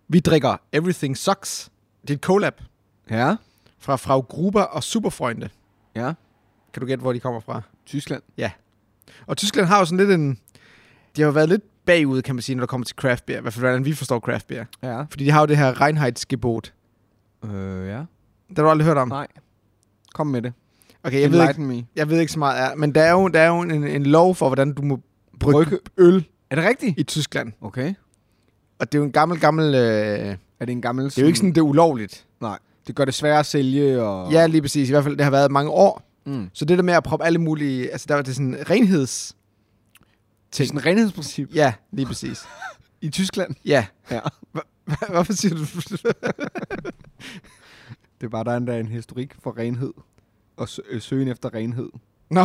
Vi drikker Everything Sucks. Det er et collab. Ja. Fra Frau Gruber og Superfreunde. Ja. Kan du gætte, hvor de kommer fra? Tyskland. Ja. Og Tyskland har jo sådan lidt en... De har jo været lidt bagud, kan man sige, når der kommer til craft beer. I hvert fald, hvordan vi forstår craft beer. Ja. Fordi de har jo det her Reinheitsgebot. Ja. Det har du aldrig hørt om? Nej. Kom med det. Okay, jeg ved ikke så meget. Men der er jo en lov for, hvordan du må brygge øl. Er det rigtigt? I Tyskland. Okay. Og det er jo en gammel... Er det en gammel... Det er jo ikke sådan, det er ulovligt. Nej. Det gør det sværere at sælge og... Ja, lige præcis. I hvert fald, det har været mange år. Mm. Så det der med at proppe alle mulige... Altså, der var det sådan renheds... Det er sådan et renhedsprincip. Ja, lige præcis. I Tyskland? Ja. Ja. Hvorfor siger du det er bare, der er en historik for renhed. Og søgen efter renhed. Nå.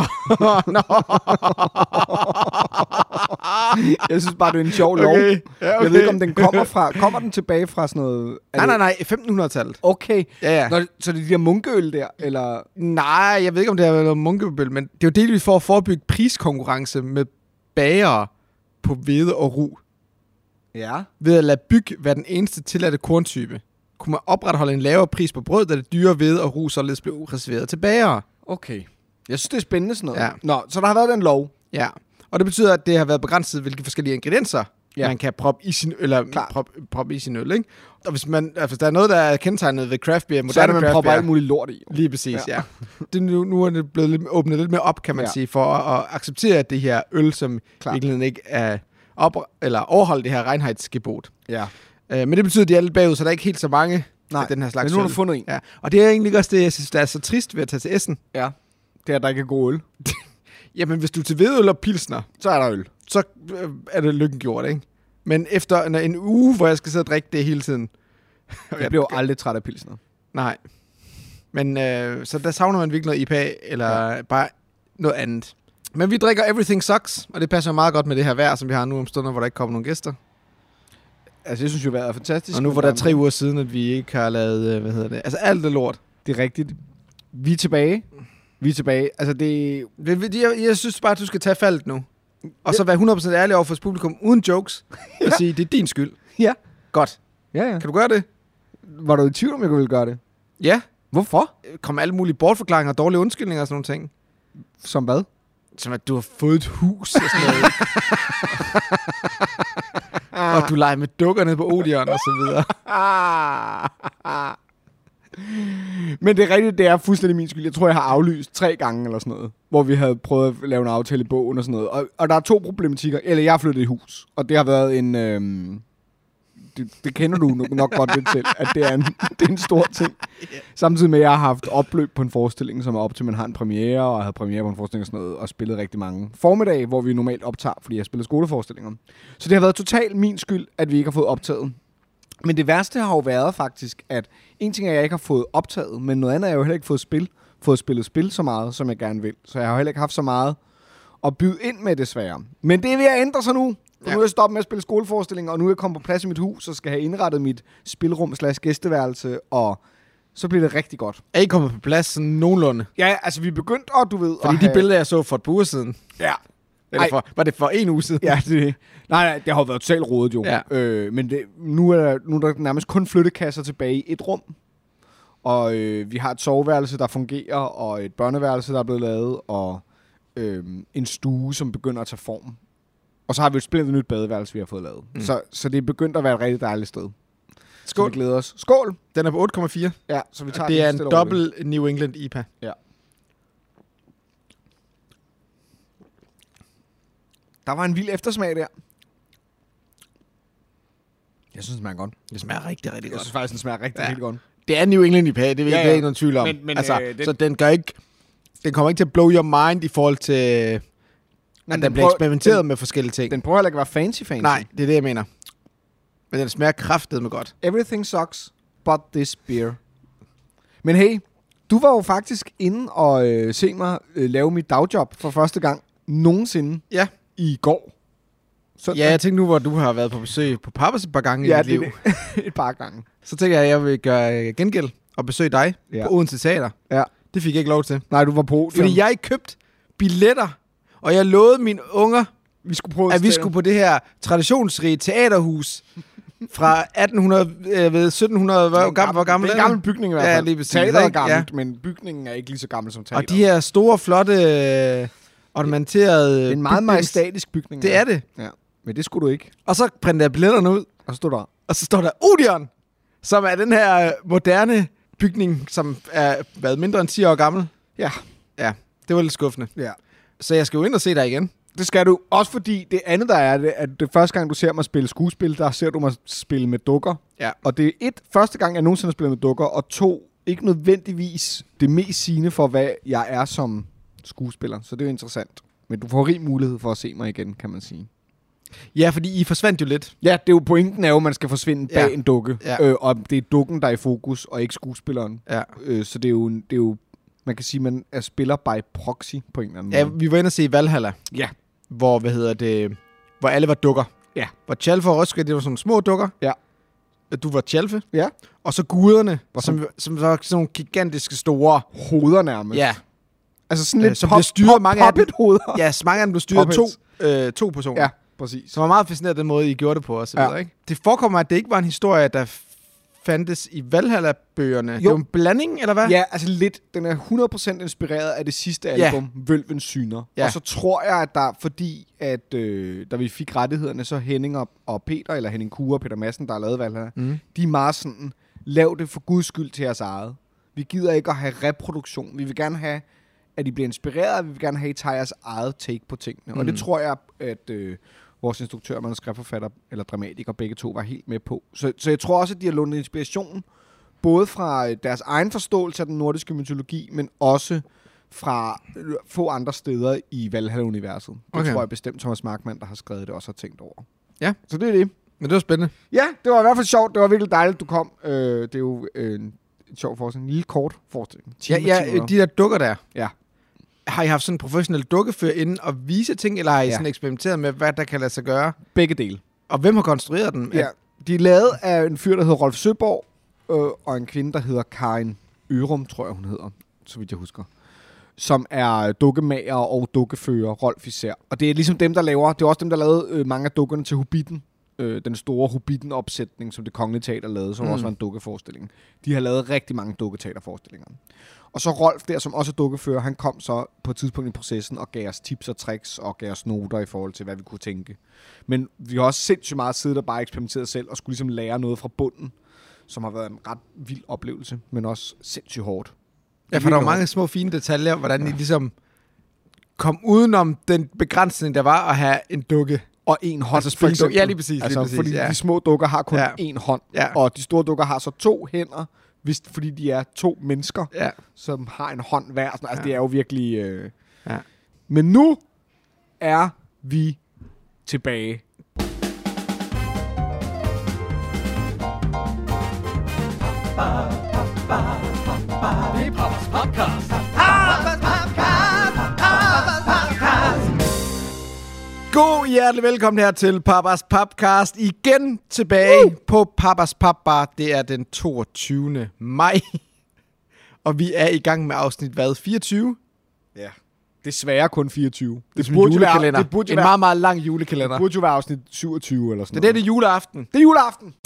Jeg synes bare, det er en sjov lov. Okay. Ja, okay. Jeg ved ikke, om den kommer fra... Kommer den tilbage fra sådan noget... Nej. 1500-tallet. Okay. Ja. Nå, så det er de der munkeøl der, eller... Nej, jeg ved ikke, om det er noget munkebøl, men det er jo delvis for at forebygge priskonkurrence med bagere på hvede og ru. Ja. Ved at lade byg være den eneste tilladte korntype, kunne man opretholde en lavere pris på brød, da det dyre hvede og ru således blev reserveret til bagere. Okay. Jeg synes, det er spændende sådan noget. Ja. Nå, så der har været den lov. Ja, og det betyder, at det har været begrænset, hvilke forskellige ingredienser man kan proppe i sin proppe i sin øl, ikke? Og hvis der er noget, der er kendetegnet ved craft beer, så er det, man propper alt muligt lort i. Lige præcis, ja. Det, nu er det blevet åbnet lidt mere op, kan man sige, for at acceptere det her øl, som virkelig ikke er overholde det her Reinheitsgebot. Ja. Men det betyder, at de er lidt bagud, så der er ikke helt så mange af den her slags men nu har du fundet en. Ja. Og det er egentlig også det, jeg synes, der er så trist ved at tage til Essen. Ja. Det er, at der ikke er god øl. Jamen, hvis du er til hvedøl og pilsner, så er der øl. Så er det lykken gjort, ikke? Men efter en uge, hvor jeg skal sidde og drikke det hele tiden... Jeg bliver jo aldrig træt af pilsner. Nej. Men så der savner man virkelig noget IPA, eller bare noget andet. Men vi drikker Everything Sucks, og det passer meget godt med det her vejr, som vi har nu om stunder, hvor der ikke kommer nogen gæster. Altså, jeg synes jo, vejret er fantastisk. Og nu hvor der er 3 uger siden, at vi ikke har lavet, altså alt er lort. Det er rigtigt. Vi er tilbage. Altså, det... Jeg synes bare, at du skal tage faldet nu. Og så være 100% ærlig over for publikum, uden jokes, og sige, det er din skyld. Ja. Godt. Ja. Kan du gøre det? Var du i tvivl, om jeg ville gøre det? Ja. Hvorfor? Kom alle mulige bortforklaringer og dårlige undskyldninger og sådan nogle ting. Som hvad? Som at du har fået et hus og sådan noget. Og du leger med dukker nede på Odeon og så videre. Men det er rigtigt, det er fuldstændig min skyld. Jeg tror, jeg har aflyst 3 gange eller sådan noget, hvor vi havde prøvet at lave en aftale i bogen og sådan noget. Og der er 2 problematikker. Eller jeg har flyttet i hus, og det har været en... Det kender du nok godt lidt til, at det er en stor ting. Samtidig med, at jeg har haft opløb på en forestilling, som er op til, man har en premiere, og jeg havde premiere på en forestilling og sådan noget, og spillet rigtig mange formiddag, hvor vi normalt optager, fordi jeg spiller skoleforestillinger. Så det har været totalt min skyld, at vi ikke har fået optaget. Men det værste har jo været faktisk, at en ting er, at jeg ikke har fået optaget, men noget andet er, at jeg jo heller ikke fået spillet spil så meget, som jeg gerne vil. Så jeg har jo heller ikke haft så meget at byde ind med, desværre. Men det er ved at ændre sig nu. For nu er jeg stoppet med at spille skoleforestillinger, og nu er jeg kommet på plads i mit hus, og skal have indrettet mit spilrum/gæsteværelse, og så bliver det rigtig godt. Er I kommet på plads sådan nogenlunde? Ja, altså vi er begyndt, og du ved... Fordi de billeder, jeg så for et par uger siden... Ja. Var det for 1 uge siden? Ja, nej, det har jo været totalt rodet jo. Ja. Men nu er der nærmest kun flyttekasser tilbage i et rum. Og vi har et soveværelse, der fungerer, og et børneværelse, der er blevet lavet, og en stue, som begynder at tage form. Og så har vi et splinter nyt badeværelse, vi har fået lavet. Så det er begyndt at være et rigtig dejligt sted. Skål. Så vi glæder os. Skål! Den er på 8,4. Ja, så vi tager det er en dobbelt New England IPA. Ja. Der var en vild eftersmag der. Jeg synes, det smager godt. Det smager rigtig, rigtig godt. Jeg synes faktisk, den smager rigtig godt. Det er New England IPA, det er ikke nogen tvivl om. Men, så den kommer ikke til at blow your mind i forhold til, at den bliver eksperimenteret med forskellige ting. Den prøver heller ikke at være fancy. Nej, det er det, jeg mener. Men den smager kraftedeme godt. Everything sucks, but this beer. Men hey, du var jo faktisk inde og se mig lave mit dagjob for første gang nogensinde. Ja. I går. Ja, jeg tænkte nu, hvor du har været på besøg på Pappers et par gange i dit liv. Et par gange. Så tænker jeg vil gøre gengæld og besøge dig på Odense Teater. Ja. Det fik jeg ikke lov til. Nej, du var på. Fordi jeg købte billetter, og jeg lovede mine unger, vi skulle at vi skulle på det her traditionsrige teaterhus fra 1800, 1700, hvor gammel det er en gammel bygning i hvert fald. Ja, lige præcis. Teateret er gammelt, men bygningen er ikke lige så gammel som teateret. Og de her store, flotte, ornamenterede... Det er en meget majestætisk bygning. Det er det. Ja, men det skulle du ikke. Og så printede jeg billetterne ud. Og så står der Odeon, som er den her moderne bygning, som er været mindre end 10 år gammel. Ja. Ja, det var lidt skuffende. Ja. Så jeg skal jo ind og se dig igen. Det skal du. Også fordi det andet, der er det, at det første gang, du ser mig spille skuespil, der ser du mig spille med dukker. Ja. Og det er første gang, jeg nogensinde har spillet med dukker, og 2, ikke nødvendigvis det mest sigende for, hvad jeg er som skuespiller. Så det er jo interessant. Men du får rig mulighed for at se mig igen, kan man sige. Ja, fordi I forsvandt jo lidt. Ja, det er jo pointen er jo, at man skal forsvinde bag en dukke. Ja. Og det er dukken, der er i fokus, og ikke skuespilleren. Ja. Så det er jo, man kan sige, man er spiller by proxy på en eller anden Ja, måde. vi var inde og se Valhalla. Ja. Hvor, hvor alle var dukker. Ja. Hvor Tjalfe og Røske, det var sådan små dukker. Ja. Du var Tjalfe. Ja. Og så guderne, som var sådan nogle gigantiske store hoveder nærmest. Ja. Altså sådan lidt som blev styret mange af dem. Puppet-hoveder. Ja, mange af dem blev styret to personer. Ja, præcis. Som var meget fascineret af den måde, I gjorde det på os. Ja. Ikke? Det forekommer, at det ikke var en historie, der fandtes i Valhalla-bøgerne. Jo. Det var en blanding, eller hvad? Ja, altså lidt. Den er 100% inspireret af det sidste album, Vølvens Syner. Ja. Og så tror jeg, at der, fordi at da vi fik rettighederne, så Henning og Peter, eller Henning Kure og Peter Madsen, der har lavet Valhalla, de er meget sådan, lav det for guds skyld til jeres eget. Vi gider ikke at have reproduktion. Vi vil gerne have, at I bliver inspireret, vi vil gerne have, at I tager jeres eget take på tingene. Og det tror jeg, at vores instruktør, manuskriptforfatter eller dramatiker, begge to var helt med på. Så jeg tror også, at de har lånt inspiration, både fra deres egen forståelse af den nordiske mytologi, men også fra få andre steder i Valhalla-universet. Det tror jeg bestemt Thomas Markmann, der har skrevet det, også har tænkt over. Ja. Så det er det. Men det var spændende. Ja, det var i hvert fald sjovt. Det var virkelig dejligt, du kom. Det er jo en sjov forestilling. En lille kort forestilling. Ja, de der dukker der. Ja. Har I haft sådan en professionel dukkefører inden og vise ting, eller har I sådan eksperimenteret med, hvad der kan lade sig gøre? Begge dele. Og hvem har konstrueret den? Ja. De er lavet af en fyr, der hedder Rolf Søborg, og en kvinde, der hedder Karin Ørum, tror jeg, hun hedder, så vidt jeg husker. Som er dukkemager og dukkefører, Rolf især. Og det er ligesom dem, der laver, det er også dem, der lavede mange af dukkerne til Hobbiten. Den store Hobbiten-opsætning, som Det Kongelige Teater lavede, som også var en dukkeforestilling. De har lavet rigtig mange dukketeaterforestillinger. Og så Rolf der, som også er dukkefører, han kom så på et tidspunkt i processen og gav os tips og tricks og gav os noter i forhold til, hvad vi kunne tænke. Men vi har også sindssygt meget siddet og bare eksperimenteret selv og skulle ligesom lære noget fra bunden, som har været en ret vild oplevelse, men også sindssygt hårdt. Ja, for der var mange små fine detaljer, hvordan I ligesom kom udenom den begrænsning, der var at have en dukke. Og en hånd, altså for eksempel. Ja, lige præcis. Altså, lige præcis, fordi de små dukker har kun én hånd, og de store dukker har så 2 hænder, fordi de er 2 mennesker, som har en hånd hver. Altså, det er jo virkelig... Men nu er vi tilbage. Det er Papas Podcast. God hjertelig velkommen her til Papas Podcast. Igen tilbage på Papas Papbar. Det er den 22. maj. Og vi er i gang med afsnit, 24? Ja. Desværre kun 24. Det er en julekalender. En meget, meget lang julekalender. Det burde jo være afsnit 27 eller sådan noget. Det er juleaften. Det er juleaften.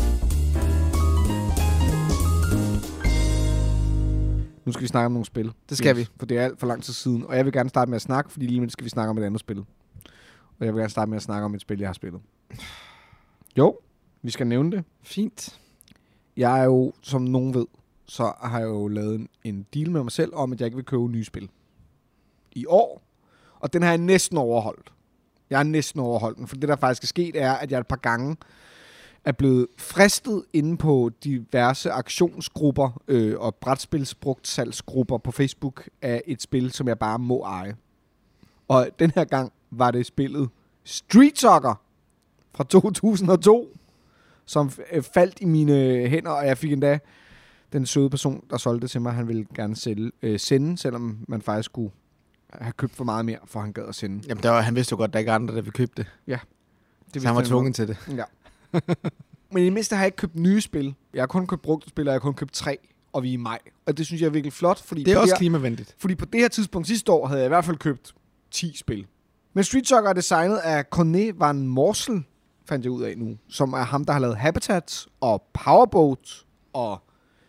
Nu skal vi snakke om nogle spil. Det skal vi. For det er alt for lang tid siden. Og jeg vil gerne starte med at snakke, fordi lige nu skal vi snakke om et andet spil. Og jeg vil gerne starte med at snakke om et spil, jeg har spillet. Jo, vi skal nævne det. Fint. Jeg er jo, som nogen ved, så har jeg jo lavet en deal med mig selv om, at jeg ikke vil købe nye spil i år. Og den har jeg næsten overholdt. Jeg har næsten overholdt den, for det der faktisk er sket er, at jeg et par gange er blevet fristet inde på diverse aktionsgrupper og brætspilsbrugtsalgsgrupper på Facebook af et spil, som jeg bare må eje. Og den her gang var det spillet Street Soccer fra 2002, som faldt i mine hænder, og jeg fik endda den søde person, der solgte det til mig, han ville gerne sende, selvom man faktisk skulle have købt for meget mere, for han gad at sende. Jamen, han vidste jo godt, at der ikke er andre, der ville købe det. Ja. Så han var tvunget til det. Ja. Men i det mindste har jeg ikke købt nye spil. Jeg har kun købt brugte spil, og jeg har kun købt 3, og vi er i maj. Og det synes jeg er virkelig flot. Fordi det er også klimavenligt. Fordi på det her tidspunkt sidste år, havde jeg i hvert fald købt 10 spil. Men Street Soccer er designet af Corné van Morsel, fandt jeg ud af nu, som er ham, der har lavet Habitat og Powerboat og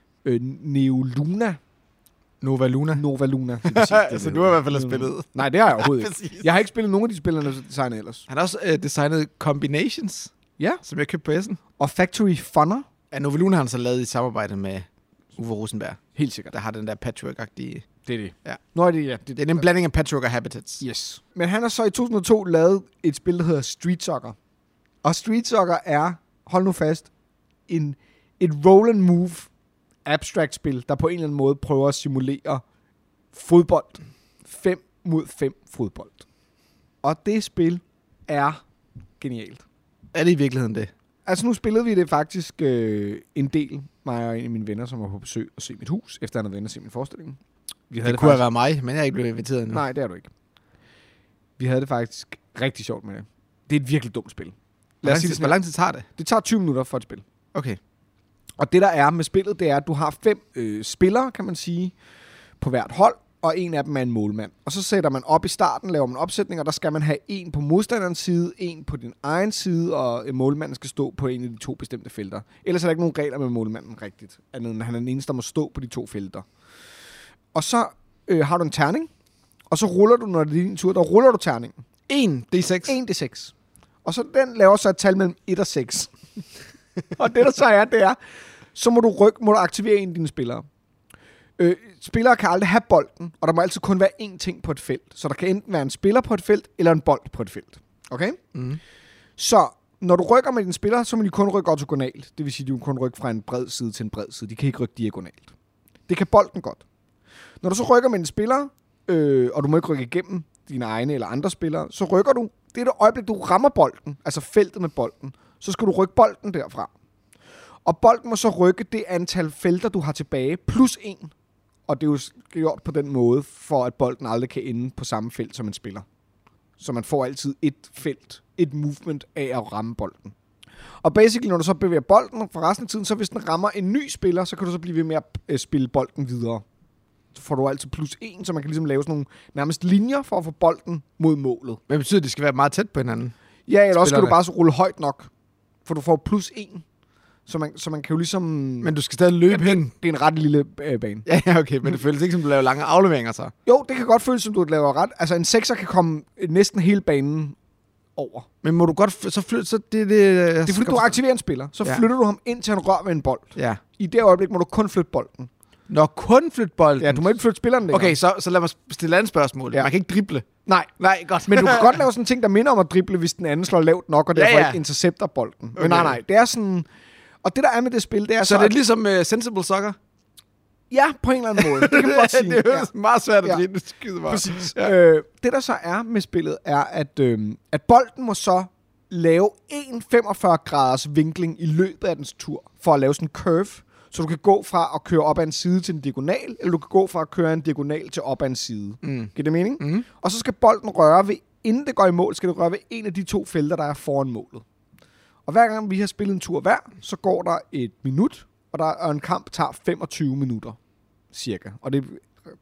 Neoluna. Nova Luna. Nova Luna. Så du har i hvert fald spillet. Nej, det har jeg overhovedet ikke. Præcis. Jeg har ikke spillet nogen af de spillere, der er designet ellers. Han har også designet Combinations, Ja. som jeg købte på Essen. Og Factory Funner. Ja, Nova Luna har han så lavet i samarbejde med Uwe Rosenberg, Helt sikkert. der har den der patchwork-agtige. Det er det. Ja. Nå er det, ja. Det er en blanding af patchwork og habitats. Yes. Men han har så i 2002 lavet et spil, der hedder Street Soccer. Og Street Soccer er, hold nu fast, et roll and move abstract spil, der på en eller anden måde prøver at simulere fodbold. 5 mod 5 fodbold. Og det spil er genialt. Er det i virkeligheden det? Altså nu spillede vi det faktisk en del, mig og en af mine venner, som var på besøg og se mit hus, efter han havde været inde og se min forestilling. Vi havde Det kunne have været mig, men jeg er ikke blevet inviteret endnu. Nej, det er du ikke. Vi havde det faktisk rigtig sjovt med det. Det er et virkelig dumt spil. Hvor lang tid tager det? Det tager 20 minutter for et spil. Okay. Og det der er med spillet, det er, at du har 5 spillere, kan man sige, på hvert hold, og en af dem er en målmand. Og så sætter man op i starten, laver man opsætning, og der skal man have en på modstanderens side, en på din egen side, og målmanden skal stå på en af de 2 bestemte felter. Ellers er der ikke nogen regler med målmanden rigtigt, andet end han er den eneste, der må stå på de 2 felter. Og så har du en terning, og så ruller du, når det er din tur, der ruller du terningen. 1 D6. 1 D6. Og så den laver så et tal mellem 1 og 6. Og det der så er, det er, så må du aktivere en af dine spillere. Spillere kan aldrig have bolden, og der må altid kun være én ting på et felt. Så der kan enten være en spiller på et felt, eller en bold på et felt. Okay? Mm. Så når du rykker med dine spillere, så må de kun rykke ortogonalt. Det vil sige, at de må kun rykke fra en bred side til en bred side. De kan ikke rykke diagonalt. Det kan bolden godt. Når du så rykker med dine spillere, og du må ikke rykke igennem dine egne eller andre spillere, så rykker du. Det er det øjeblik, du rammer bolden, altså feltet med bolden. Så skal du rykke bolden derfra. Og bolden må så rykke det antal felter, du har tilbage, plus 1. Og det er jo gjort på den måde, for at bolden aldrig kan ende på samme felt som en spiller. Så man får altid et felt, et movement af at ramme bolden. Og basically, når du så bevæger bolden for resten af tiden, så hvis den rammer en ny spiller, så kan du så blive ved med at spille bolden videre. Så får du altid plus 1, så man kan ligesom lave sådan nogle nærmest linjer for at få bolden mod målet. Men det betyder, at de skal være meget tæt på hinanden? Ja, eller også skal du bare så rulle højt nok, for du får plus 1. Så man kan jo ligesom... Men du skal stadig løbe hen. Det er en ret lille bane. Ja, okay, men det føles ikke som, du laver lange afleveringer så. Jo, det kan godt føles som, du laver ret. Altså en 6'er kan komme næsten hele banen over. Men må du godt så flytte... Så det er fordi, du aktiverer en spiller. Så flytter du ham ind til han rører med en bold. Ja. I det øjeblik må du kun flytte bolden. Når kun flytte bolden? Ja, du må ikke flytte spilleren længere. Okay, så lad mig stille et andet spørgsmål. Ja. Man kan ikke drible. Nej, godt. Men du kan godt lave sådan en ting, der minder om at drible, hvis den anden slår lavt nok, og derfor ikke intercepter bolden. Okay. Men nej, det er sådan... Og det der er med det spil, det er så det er ligesom Sensible Soccer? Ja, på en eller anden måde. Det kan man godt sige. Det er meget svært at drible. Præcis. Ja. Det der så er med spillet, er, at bolden må så lave en 45-graders vinkling i løbet af dens tur, for at lave sådan en curve, så du kan gå fra at køre op ad en side til en diagonal, eller du kan gå fra at køre en diagonal til op ad en side. Giver det mening? Mm. Og så skal bolden røre ved, inden det går i mål, skal det røre ved en af de 2 felter, der er foran målet. Og hver gang vi har spillet en tur hver, så går der 1 minut, og en kamp tager 25 minutter, cirka. Og det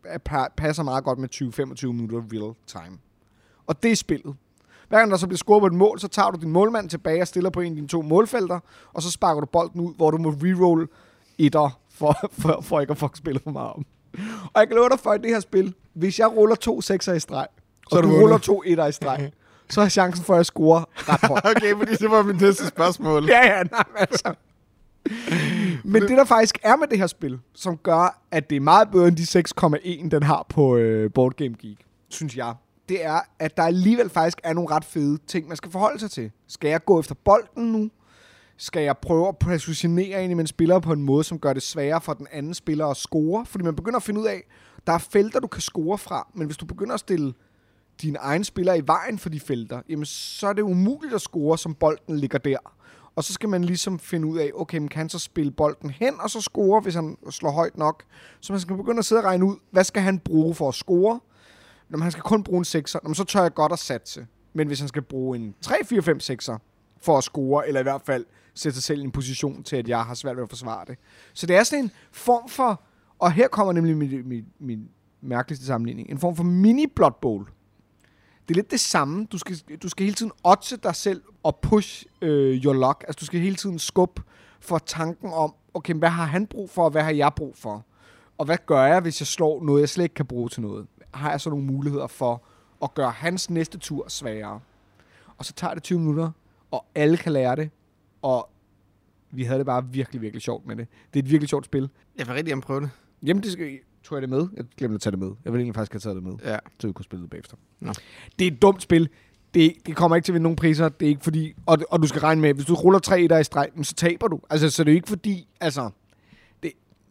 passer meget godt med 20-25 minutter real time. Og det er spillet. Hver gang der så bliver scoret på et mål, så tager du din målmand tilbage og stiller på en af dine 2 målfelter, og så sparker du bolden ud, hvor du må reroll etter, for ikke at få spillet for meget om. Og jeg kan love dig for, i det her spil, hvis jeg ruller 2 6'er i streg, og du ruller 2 1'er i streg, så er chancen for, at jeg scorer ret højt. Okay, fordi det var mit næste spørgsmål. Ja, nej, altså. Men det der faktisk er med det her spil, som gør, at det er meget bedre end de 6,1, den har på Board Game Geek, synes jeg, det er, at der alligevel faktisk er nogle ret fede ting, man skal forholde sig til. Skal jeg gå efter bolden nu? Skal jeg prøve at positionere en af mine spillere på en måde, som gør det sværere for den anden spiller at score? Fordi man begynder at finde ud af, der er felter, du kan score fra, men hvis du begynder at stille dine egne spillere i vejen for de felter, jamen så er det umuligt at score, som bolden ligger der. Og så skal man ligesom finde ud af, okay, man kan så spille bolden hen og så score, hvis han slår højt nok. Så man skal begynde at sidde og regne ud, hvad skal han bruge for at score? Når han skal kun bruge en 6'er, så tør jeg godt at satse. Men hvis han skal bruge en 3-4-5-6'er for at score, eller i hvert fald sætte sig selv i en position til, at jeg har svært ved at forsvare det. Så det er sådan en form for, og her kommer nemlig min mærkeligste sammenligning, en form for mini-Blood Bowl. Det er lidt det samme. Du skal hele tiden oddse dig selv og push your luck. Altså, du skal hele tiden skubbe for tanken om, okay, hvad har han brug for, og hvad har jeg brug for? Og hvad gør jeg, hvis jeg slår noget, jeg slet ikke kan bruge til noget? Har jeg så nogle muligheder for at gøre hans næste tur sværere? Og så tager det 20 minutter, og alle kan lære det, og vi havde det bare virkelig, virkelig sjovt med det. Det er et virkelig sjovt spil. Jeg vil rigtig gerne prøve det. Jamen, tog jeg det med? Jeg glemte at tage det med. Jeg ville egentlig faktisk have taget det med, Ja. så vi kunne spille det bagefter. Nå. Det er et dumt spil. Det kommer ikke til at vinde nogen priser. Det er ikke fordi... Og du skal regne med, hvis du ruller 3 der i streg, så taber du. Altså, så det er ikke fordi... Altså, det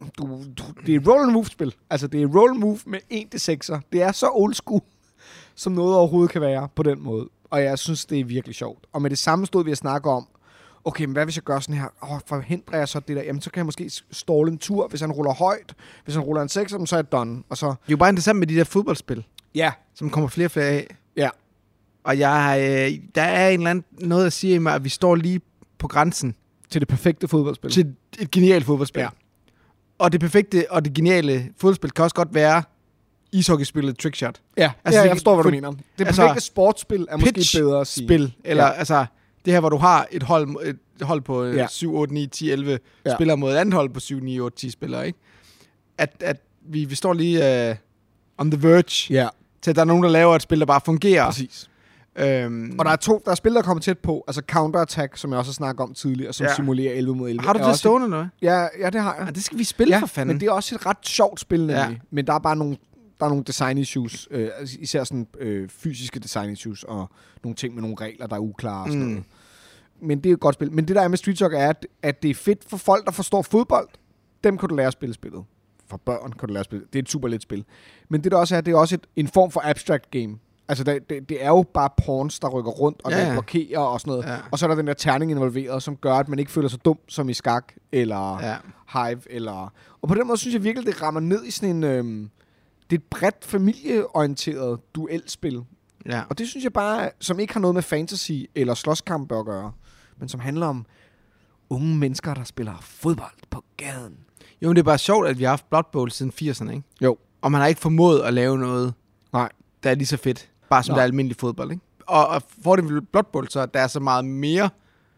er et roll and move-spil. Altså, det er roll and move med 1-6'er. Det er så old school, som noget overhovedet kan være på den måde. Og jeg synes, det er virkelig sjovt. Og med det samme stod vi at snakke om, okay, men hvad hvis jeg gør sådan her? Forhindrer jeg så det der? Jamen, så kan jeg måske ståle en tur, hvis han ruller højt. Hvis han ruller en 6'er, så er jeg done. Og så... Det er jo bare interessant med de der fodboldspil, Ja. som kommer flere og flere af. Ja. Og der er en eller anden noget at sige i mig, at vi står lige på grænsen Til det perfekte fodboldspil. til et genialt fodboldspil. Ja. Og det perfekte og det geniale fodboldspil kan også godt være ishockeyspillet Trickshot. Ja, Altså, jeg forstår, hvad du mener. Det altså, perfekte sportsspil er måske bedre at sige. Spil, eller Ja. altså det her, hvor du har et hold på Ja. 7, 8, 9, 10, 11 Ja. spillere mod et andet hold på 7, 9, 8, 10 spillere, ikke? At vi står lige on the verge Ja, til, at der er nogen, der laver et spil, der bare fungerer. præcis. Og der er spil, der kommer tæt på. Altså Counter-Attack, som jeg også har snakket om tidligere, som simulerer 11 mod 11. har du er det også stående noget? Ja, det har jeg. Ja, det skal vi spille for fanden. men det er også et ret sjovt spil, nemlig. Ja. Men der er bare nogle design issues. Især sådan fysiske design issues, og nogle ting med nogle regler, der er uklare og sådan noget. Men det er et godt spil. Men det der er med Street Soccer er, at det er fedt for folk, der forstår fodbold. Dem kan du lære at spille spillet. For børn kan du lære at spille. Det er et super let spil. Men det der også er, det er også en form for abstract game. Altså, det er jo bare pawns, der rykker rundt, og der blokerer og sådan noget. Ja. Og så er der den der terning involveret, som gør, at man ikke føler sig dum, som i skak, eller Hive, eller... Og på den måde synes jeg virkelig, det rammer ned i sådan en... det er et bredt familieorienteret duelspil. Ja. Og det synes jeg bare, som ikke har noget med fantasy eller slåskamp at gøre, men som handler om unge mennesker, der spiller fodbold på gaden. Jo, men det er bare sjovt, at vi har haft Blood Bowl siden 80'erne, ikke? Jo. Og man har ikke formået at lave noget, Nej. der er lige så fedt. Bare som der er almindelig fodbold, ikke? Og for det ved Blood Bowl, så der er så meget mere,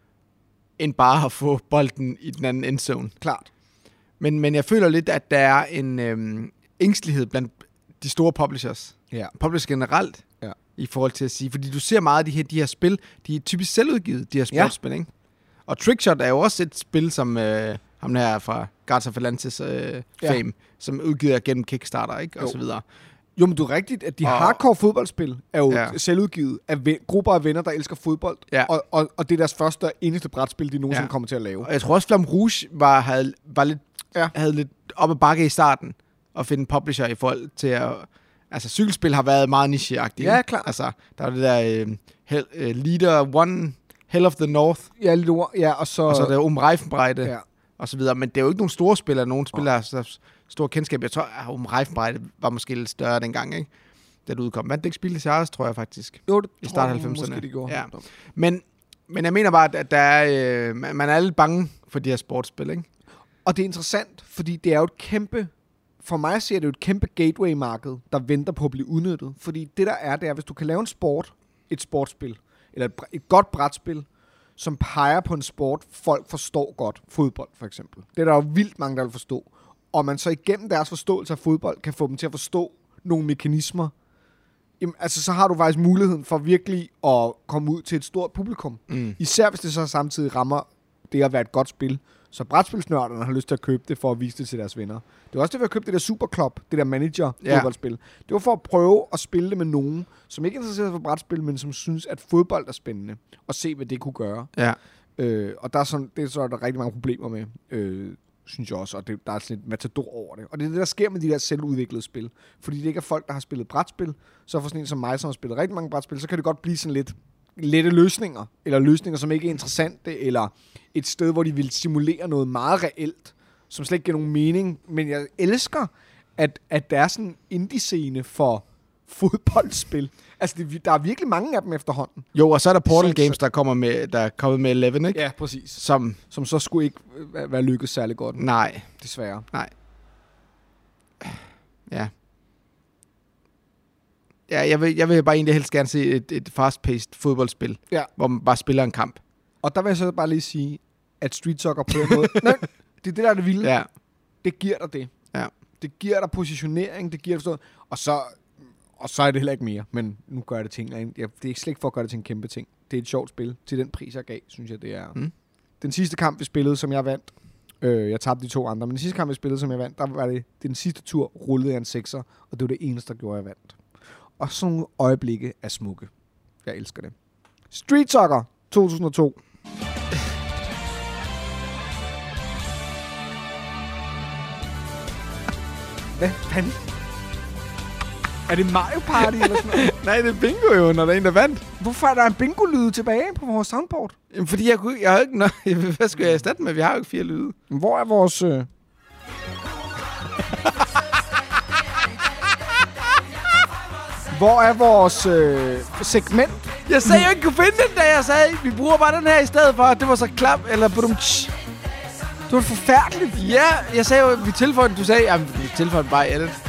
end bare at få bolden i den anden endzone. Klart. Men jeg føler lidt, at der er en ængstelighed blandt de store publishers. Ja. Publishers generelt. Ja. I forhold til at sige, fordi du ser meget af de her spil, de er typisk selvudgivet, de her sportsspil, ikke? Og Trickshot er jo også et spil, som ham der fra Guardians of Atlantis fame, som udgiver gennem Kickstarter, ikke? Og så videre. Jo, men du er rigtigt, at de hardcore fodboldspil er jo selvudgivet af grupper af venner, der elsker fodbold. Ja. Og det er deres første og eneste brætspil, de nogensinde kommer til at lave. Og jeg tror også, Flamme Rouge havde lidt op ad bakke i starten at finde en publisher i forhold til at... Altså, cykelspil har været meget nicheagtigt. Ja, klart. Altså, der er det der Leader One, Hell of the North. Ja, og så er der Reifenbreite. Ja. Og så videre. Men det er jo ikke nogen store spillere. Nogen spillere har så store kendskab. Jeg tror, at Reifenbreite var måske lidt større dengang, ikke? Da det udkom. Men det ikke spillet i tror jeg faktisk. Jo, det i start 90'erne. Måske det gjorde. Ja. Men jeg mener bare, at der er, man er lidt bange for de her sportsspil, ikke? Og det er interessant, fordi det er jo et kæmpe... For mig ser det jo et kæmpe gateway-marked, der venter på at blive udnyttet. Fordi det der er, det er, hvis du kan lave et sportsspil, eller et godt brætspil, som peger på en sport, folk forstår godt. Fodbold, for eksempel. Det er der jo vildt mange, der vil forstå. Og man så igennem deres forståelse af fodbold, kan få dem til at forstå nogle mekanismer. Jamen, altså, så har du faktisk muligheden for virkelig at komme ud til et stort publikum. Især hvis det så samtidig rammer det at være et godt spil. Så brætspilsnørderne har lyst til at købe det for at vise det til deres venner. Det var også det, vi har købt det der Superclub, det der manager-fodboldspil. Det var for at prøve at spille det med nogen, som ikke er interesseret for brætspil, men som synes, at fodbold er spændende, og se, hvad det kunne gøre. Ja. Og der er så er der rigtig mange problemer med, synes jeg også, og der er sådan et matador over det. Og det er det, der sker med de der selvudviklede spil. Fordi det ikke er folk, der har spillet brætspil, så for sådan en som mig, som har spillet rigtig mange brætspil, så kan det godt blive sådan lidt lette løsninger, eller løsninger, som ikke er interessante, eller et sted, hvor de vil simulere noget meget reelt, som slet ikke giver nogen mening. Men jeg elsker, at der er sådan en indie-scene for fodboldspil. Altså, der er virkelig mange af dem efterhånden. Jo, og så er der Portal Games, der er kommet med 11, ikke? Ja, præcis. Som så skulle ikke være lykkedes særlig godt. Nej. Desværre. Nej. Ja. Ja, jeg vil bare egentlig helst gerne se et fast-paced fodboldspil, hvor man bare spiller en kamp. Og der vil jeg så bare lige sige, at Street Soccer på den måde... Nej, det er det, der er det vilde. Ja. Det giver dig det. Ja. Det giver dig positionering, det giver dig forstået. Og så er det heller ikke mere. Men nu gør jeg det ting. Det er slet ikke for at gøre det til en kæmpe ting. Det er et sjovt spil. Til den pris, jeg gav, synes jeg, det er... Den sidste kamp, vi spillede, som jeg vandt... jeg tabte de 2 andre, men den sidste kamp, vi spillede, som jeg vandt, der var det den sidste tur, rullede jeg en 6'er, og det var det eneste, der gjorde, jeg vandt. Og sådan nogle øjeblikke er smukke. Jeg elsker det. Street Soccer 2002. Hvad fanden? Er det Mario Party eller sådan noget? Nej, det er bingo jo, når der er en, der vandt. Hvorfor er der en bingo-lyde tilbage på vores soundboard? Jamen, fordi jeg har ikke noget... Hvad skal jeg erstatte med? Vi har jo ikke 4 lyde. Hvor er vores... Hvor er vores segment? Jeg sagde jo ikke kunne finde den, da jeg sagde, vi bruger bare den her i stedet for. Det var så klap, eller budumtsch. Det var forfærdeligt. Ja, jeg sagde jo, vi tilføjede den. Du sagde, jamen, vi tilføjede den bare i edit.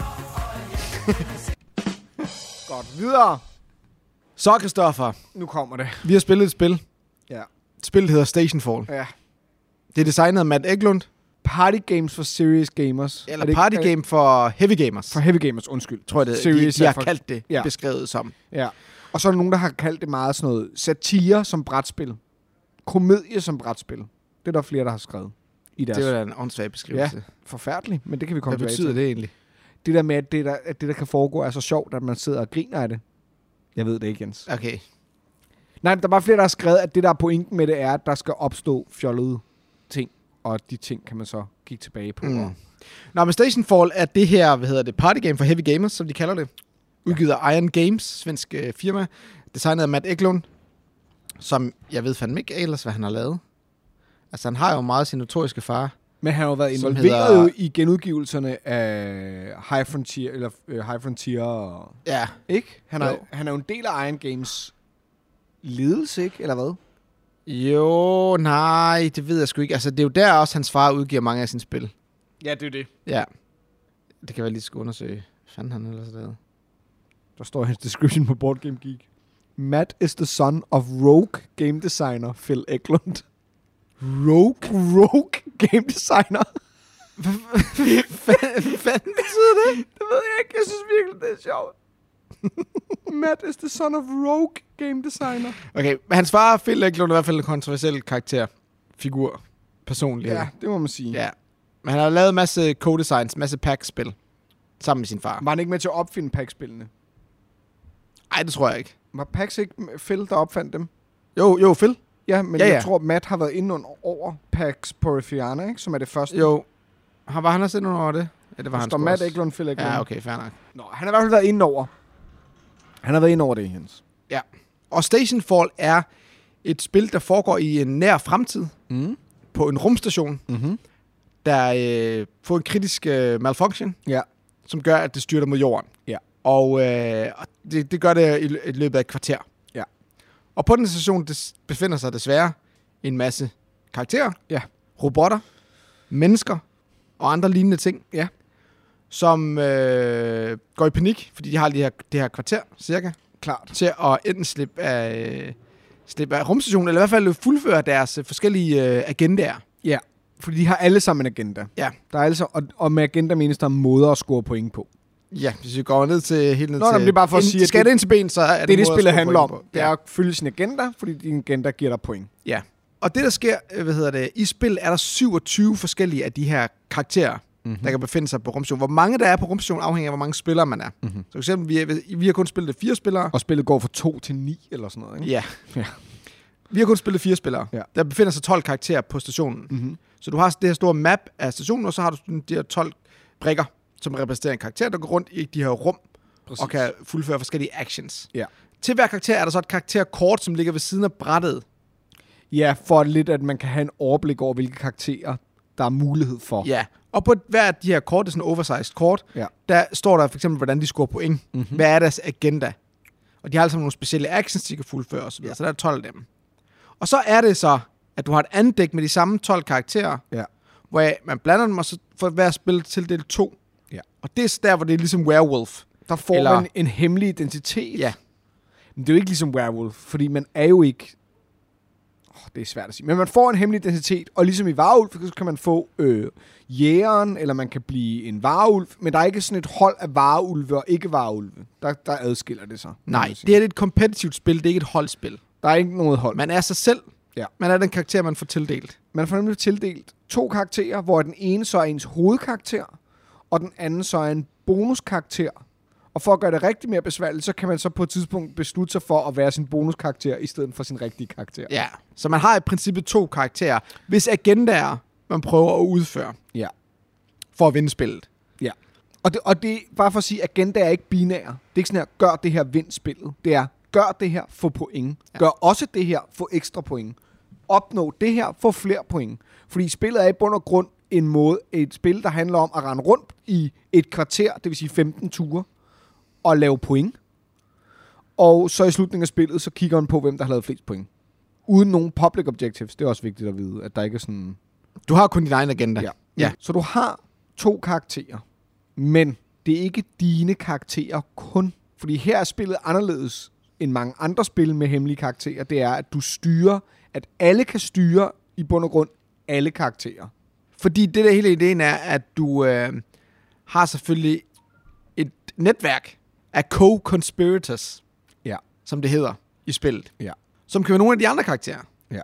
Godt, videre. Så, Christoffer, Nu kommer det. vi har spillet et spil. Ja. Spillet hedder Stationfall. Ja. Det er designet af Matt Eklund. Party games for serious gamers. Eller party game for heavy gamers. For heavy gamers, undskyld. Tror jeg, det Serious de har for... kaldt det beskrevet som. Ja. Og så er der nogen, der har kaldt det meget sådan noget satire som brætspil. Komedie som brætspil. Det er der flere, der har skrevet i deres... Det var da en åndssvag beskrivelse. Ja, forfærdeligt, men det kan vi komme Hvad tilbage til. betyder det egentlig? Det der med, at det der kan foregå, er så sjovt, at man sidder og griner af det. Jeg ved det ikke, Jens. Okay. Nej, der er bare flere, der har skrevet, at det der er pointen med det er, at der skal opstå fjollede ting. Og de ting kan man så kigge tilbage på. Nå, men Stationfall er det her, party game for heavy gamers, som de kalder det. Udgivet af Iron Games, svensk firma. Designet af Matt Eklund, som jeg ved fandme ikke ellers, hvad han har lavet. Altså, han har jo meget sin notoriske far. Men han har jo været involveret i genudgivelserne af High Frontier og... Ja. Ikke? Han er jo en del af Iron Games ledelse, ikke? Eller hvad? Jo, nej, det ved jeg sgu ikke. Altså, det er jo der også, hans far udgiver mange af sine spil. Ja, det er det. Ja. Det kan være lige skulle undersøge. Fandt han ellers lavet? Der står hans description på Board Game Geek. Matt is the son of Rogue game designer Phil Eklund. Rogue game designer. Hvad fanden betyder det? Det ved jeg ikke. Jeg synes virkelig, det er sjovt. Matt is the son of Rogue game designer. Okay, hans far, Phil Eklund, er i hvert fald en kontroversiel karakter. Figur. Personlighed. Ja, det må man sige. Ja. Men han har lavet en masse co-designs, masse pack-spil. Sammen med sin far. Var han ikke med til at opfinde pack-spillene? Ej, det tror jeg ikke. Var Pax ikke Phil, der opfandt dem? Jo, Phil. Ja, men jeg tror, Matt har været inde over Pax Poriferiana, ikke? Som er det første. Jo. Var han også inde over det? Ja, det var han. Der Matt Eklund, Phil Eklund. Ja, okay, fair nok. Nå, han har i hvert fald været inde over. Han har været inde over det, Jens. Ja. Og Stationfall er et spil, der foregår i en nær fremtid. På en rumstation. Der får en kritisk malfunction. Ja. Som gør, at det styrter mod jorden. Ja. Og det gør det i løbet af et kvarter. Ja. Og på den station befinder sig desværre en masse karakterer. Ja. Robotter. Mennesker. Og andre lignende ting. Ja. Som går i panik, fordi de har det her kvarter, cirka. Klart. Til at enten slippe af rumstationen, eller i hvert fald fuldføre deres forskellige agendaer. Ja. Fordi de har alle sammen en agenda. Ja. Der er altså, og med agenda menes der måder at score point på. Ja, hvis vi går ned til helt ned til... Nå, det er bare for at sige, skal det ind til ben, så er det spillet handler om. Det er ja. at følge sin agenda, fordi din agenda giver dig point. Ja. Og det, der sker, i spil er der 27 forskellige af de her karakterer, der kan befinde sig på rumstationen. Hvor mange der er på rumstationen afhænger af, hvor mange spillere man er. Så for eksempel, vi har kun spillet 4 spillere. Og spillet går fra 2 til 9 eller sådan noget, ikke? Ja. Vi har kun spillet 4 spillere. Ja. Der befinder sig 12 karakterer på stationen. Så du har det her store map af stationen, og så har du de her 12 brikker, som repræsenterer en karakter, der går rundt i de her rum. Præcis. Og kan fuldføre forskellige actions. Ja. Til hver karakter er der så et karakterkort, som ligger ved siden af brættet. Ja, for lidt, at man kan have en overblik over, hvilke karakterer, der er mulighed for. Ja, og på hver af de her kort, det er sådan en oversized kort, der står der for eksempel, hvordan de scorer point. Hvad er deres agenda? Og de har altså nogle specielle actions, de kan fuldføre osv. Så der er 12 af dem. Og så er det så, at du har et andet dæk med de samme 12 karakterer, hvor man blander dem, og så får hver spil tildelt 2. Ja. Og det er så der, hvor det er ligesom Werewolf. Der får man en hemmelig identitet. Ja. Men det er jo ikke ligesom Werewolf, fordi man er jo ikke... det er svært at sige. Men man får en hemmelig identitet, og ligesom i Varulv, så kan man få jægeren, eller man kan blive en varulv, men der er ikke sådan et hold af varulve og ikke-varulve. Der adskiller det sig. Nej, det er et kompetitivt spil, det er ikke et holdspil. Der er ikke noget hold. Man er sig selv. Ja. Man er den karakter, man får tildelt. Man får nemlig tildelt 2 karakterer, hvor den ene så er ens hovedkarakter, og den anden så er en bonuskarakter. Og for at gøre det rigtig mere besværligt, så kan man så på et tidspunkt beslutte sig for at være sin bonuskarakter, i stedet for sin rigtige karakter. Ja, så man har i princippet 2 karakterer, hvis agendaer man prøver at udføre. Ja. For at vinde spillet. Ja. Og det er bare for at sige, at agenda er ikke binære. Det er ikke sådan her, gør det her, vind spillet. Det er, gør det her, få point. Ja. Gør også det her, få ekstra point. Opnå det her, få flere point. Fordi spillet er i bund og grund et spil, der handler om at rende rundt i et kvarter, det vil sige 15 ture, og lave point. Og så i slutningen af spillet, så kigger man på, hvem der har lavet flest point. Uden nogen public objectives. Det er også vigtigt at vide, at der ikke er sådan... Du har kun din egen agenda. Ja. Så du har 2 karakterer. Men det er ikke dine karakterer kun. Fordi her er spillet anderledes end mange andre spil med hemmelige karakterer. Det er, at du styrer, at alle kan styre i bund og grund alle karakterer. Fordi det der hele ideen er, at du har selvfølgelig et netværk af co-conspirators, Ja. som det hedder i spillet. Ja. Som kan være nogle af de andre karakterer. Ja.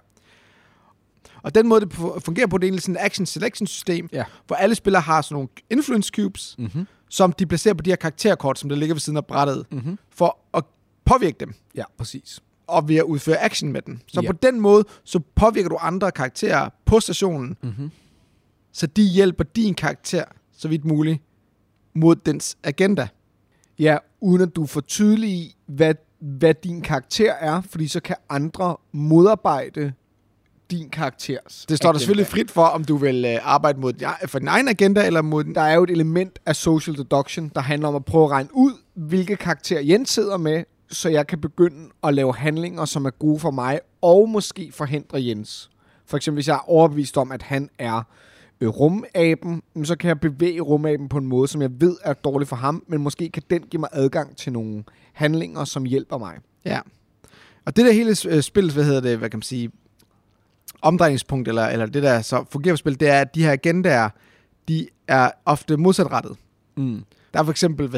Og den måde, det fungerer på, det er egentlig sådan et action selection system, hvor alle spillere har sådan nogle influence cubes, som de placerer på de her karakterkort, som der ligger ved siden af brættet, for at påvirke dem. Ja, præcis. Og ved at udføre action med dem. Så på den måde, så påvirker du andre karakterer på stationen, så de hjælper din karakter, så vidt muligt, mod dens agenda. Ja, uden at du får tydelig i, hvad din karakter er, fordi så kan andre modarbejde din karakters Det står agenda. der selvfølgelig frit for, om du vil arbejde for din egen agenda, eller mod den. Der er jo et element af social deduction, der handler om at prøve at regne ud, hvilke karakterer Jens sidder med, så jeg kan begynde at lave handlinger, som er gode for mig, og måske forhindre Jens. For eksempel, hvis jeg er overbevist om, at han er rumaben, så kan jeg bevæge rumaben på en måde, som jeg ved er dårlig for ham, men måske kan den give mig adgang til nogle handlinger, som hjælper mig. Ja. Og det der hele spil, hvad kan man sige, omdrejningspunkt, eller det der så fungerer for spil, det er, at de her agendaer, de er ofte modsatrettet. Mm. Der er for eksempel,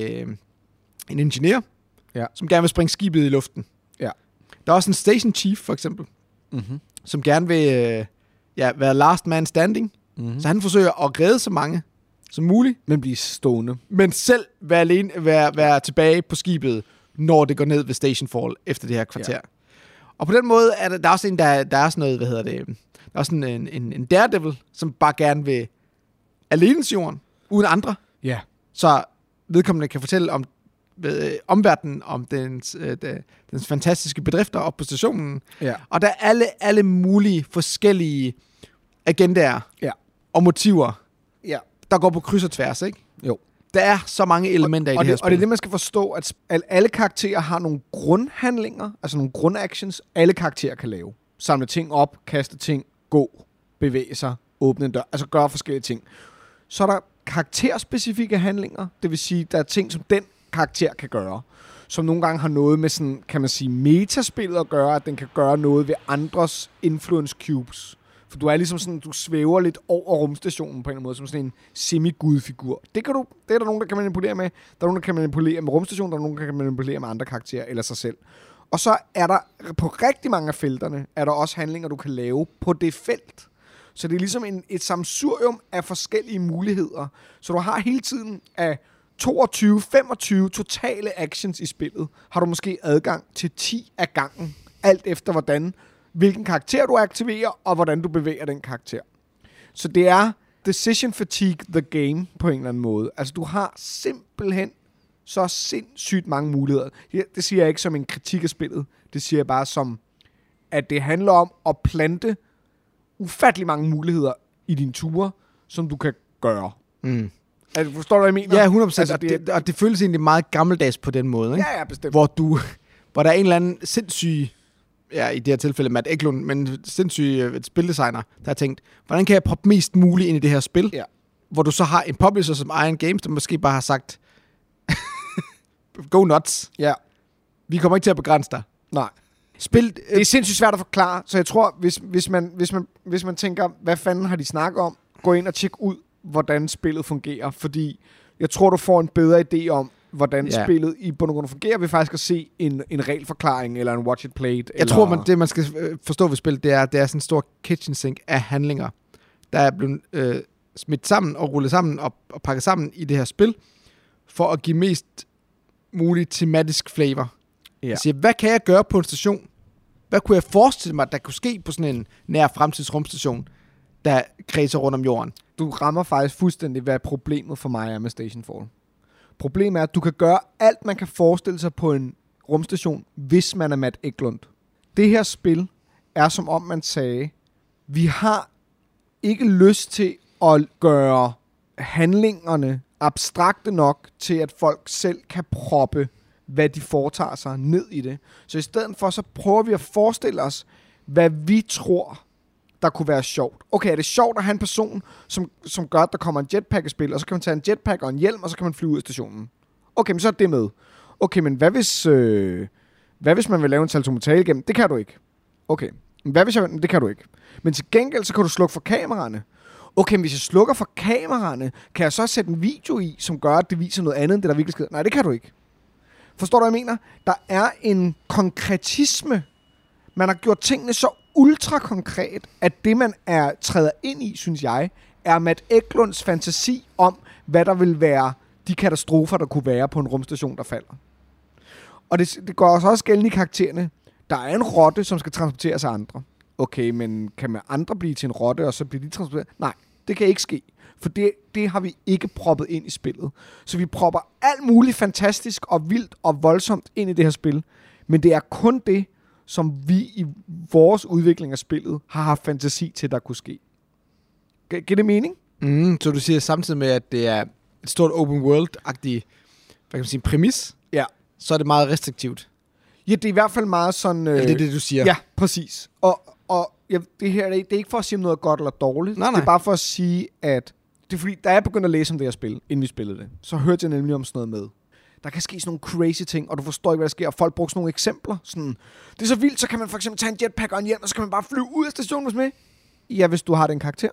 en ingeniør, som gerne vil springe skibet i luften. Ja. Der er også en station chief, for eksempel, som gerne vil være last man standing. Så han forsøger at redde så mange som muligt. Men blive stående. Men selv være tilbage på skibet, når det går ned ved Station Fall efter det her kvarter. Ja. Og på den måde er der også en, der er sådan noget, der er også en daredevil, som bare gerne vil alene til jorden, uden andre. Ja. Så vedkommende kan fortælle om omverdenen, om dens fantastiske bedrifter op på stationen. Ja. Og der er alle mulige forskellige agendaer og motiver, der går på kryds og tværs, ikke? Jo. Der er så mange elementer i det her spil. Og det er det, man skal forstå, at alle karakterer har nogle grundhandlinger, altså nogle grundactions, alle karakterer kan lave. Samle ting op, kaste ting, gå, bevæge sig, åbne en dør, altså gøre forskellige ting. Så er der karakterspecifikke handlinger, det vil sige, der er ting, som den karakter kan gøre, som nogle gange har noget med sådan, kan man sige, metaspillet at gøre, at den kan gøre noget ved andres influence cubes. For du er ligesom sådan, du svæver lidt over rumstationen på en eller anden måde, som sådan en semi-gud-figur. Det er der nogen, der kan manipulere med. Der er nogen, der kan manipulere med rumstationen, der er nogen, der kan manipulere med andre karakterer eller sig selv. Og så er der på rigtig mange af felterne, er der også handlinger, du kan lave på det felt. Så det er ligesom et sammensurium af forskellige muligheder. Så du har hele tiden af 22-25 totale actions i spillet, har du måske adgang til 10 af gangen, alt efter hvilken karakter du aktiverer, og hvordan du bevæger den karakter. Så det er decision fatigue the game på en eller anden måde. Altså du har simpelthen så sindssygt mange muligheder. Det siger jeg ikke som en kritik af spillet. Det siger jeg bare som, at det handler om at plante ufattelig mange muligheder i dine ture, som du kan gøre. Mm. Altså, forstår du, hvad jeg mener? Ja, 100%. Altså, og det føles egentlig meget gammeldags på den måde, ikke? Ja, bestemt. Hvor der er en eller anden sindssyg, i det her tilfælde Matt Eklund, men sindssyg spildesigner, der har tænkt, hvordan kan jeg proppe mest muligt ind i det her spil? Ja. Hvor du så har en publisher som Iron Games, der måske bare har sagt, go nuts. Ja. Vi kommer ikke til at begrænse dig. Nej. Spil... Det er sindssygt svært at forklare, så jeg tror, hvis man tænker, hvad fanden har de snakket om, gå ind og tjek ud, hvordan spillet fungerer, fordi jeg tror, du får en bedre idé om, hvordan spillet i bund og grund fungerer, ved faktisk at se en regelforklaring, eller en watch it played. Jeg tror, det man skal forstå ved spillet, det er sådan en stor kitchen sink af handlinger, der er blevet smidt sammen og rullet sammen og pakket sammen i det her spil, for at give mest mulig tematisk flavor. Ja. Jeg siger, hvad kan jeg gøre på en station? Hvad kunne jeg forestille mig, der kunne ske på sådan en nær fremtidsrumstation, der kredser rundt om jorden? Du rammer faktisk fuldstændig, hvad problemet for mig er med Stationfall. Problemet er, at du kan gøre alt, man kan forestille sig på en rumstation, hvis man er Matt Eklund. Det her spil er som om man sagde, vi har ikke lyst til at gøre handlingerne abstrakte nok til, at folk selv kan proppe, hvad de foretager sig ned i det. Så i stedet for, så prøver vi at forestille os, hvad vi tror, der kunne være sjovt. Okay, er det sjovt at have en person, som gør, at der kommer en jetpack i spil, og så kan man tage en jetpack og en hjelm, og så kan man flyve ud af stationen. Okay, men så er det med. Okay, men hvad hvis man vil lave en saltomortale igennem? Det kan du ikke. Okay, men hvad hvis det kan du ikke. Men til gengæld, så kan du slukke for kameraerne. Okay, men hvis jeg slukker for kameraerne, kan jeg så sætte en video i, som gør, at det viser noget andet, end det der virkelig sker? Nej, det kan du ikke. Forstår du, hvad jeg mener? Der er en konkretisme. Man har gjort tingene så ultra konkret, at det, man træder ind i, synes jeg, er Matt Eklunds fantasi om, hvad der vil være de katastrofer, der kunne være på en rumstation, der falder. Og det går også gældende i karaktererne. Der er en rotte, som skal transportere sig andre. Okay, men kan man andre blive til en rotte, og så bliver de transporteret? Nej, det kan ikke ske. For det har vi ikke proppet ind i spillet. Så vi propper alt muligt fantastisk og vildt og voldsomt ind i det her spil. Men det er kun det, som vi i vores udvikling af spillet har haft fantasi til, der kunne ske. Giver det mening? Så du siger samtidig med, at det er et stort open world-agtigt, hvad kan man sige, præmis, ja. Så er det meget restriktivt. Ja, det er i hvert fald meget sådan... det er det, du siger. Ja, præcis. Og det her, det er ikke for at sige, om noget er godt eller dårligt. Nej. Det er bare for at sige, at... Det er fordi, da jeg begyndte at læse om det her spil, inden vi spillede det, så hørte jeg nemlig om sådan noget med. Der kan ske sådan nogle crazy ting, og du forstår ikke, hvad der sker. Og folk bruger sådan nogle eksempler. Sådan, det er så vildt, så kan man for eksempel tage en jetpack og en hjelm, og så kan man bare flyve ud af stationen med. Ja, hvis du har den karakter,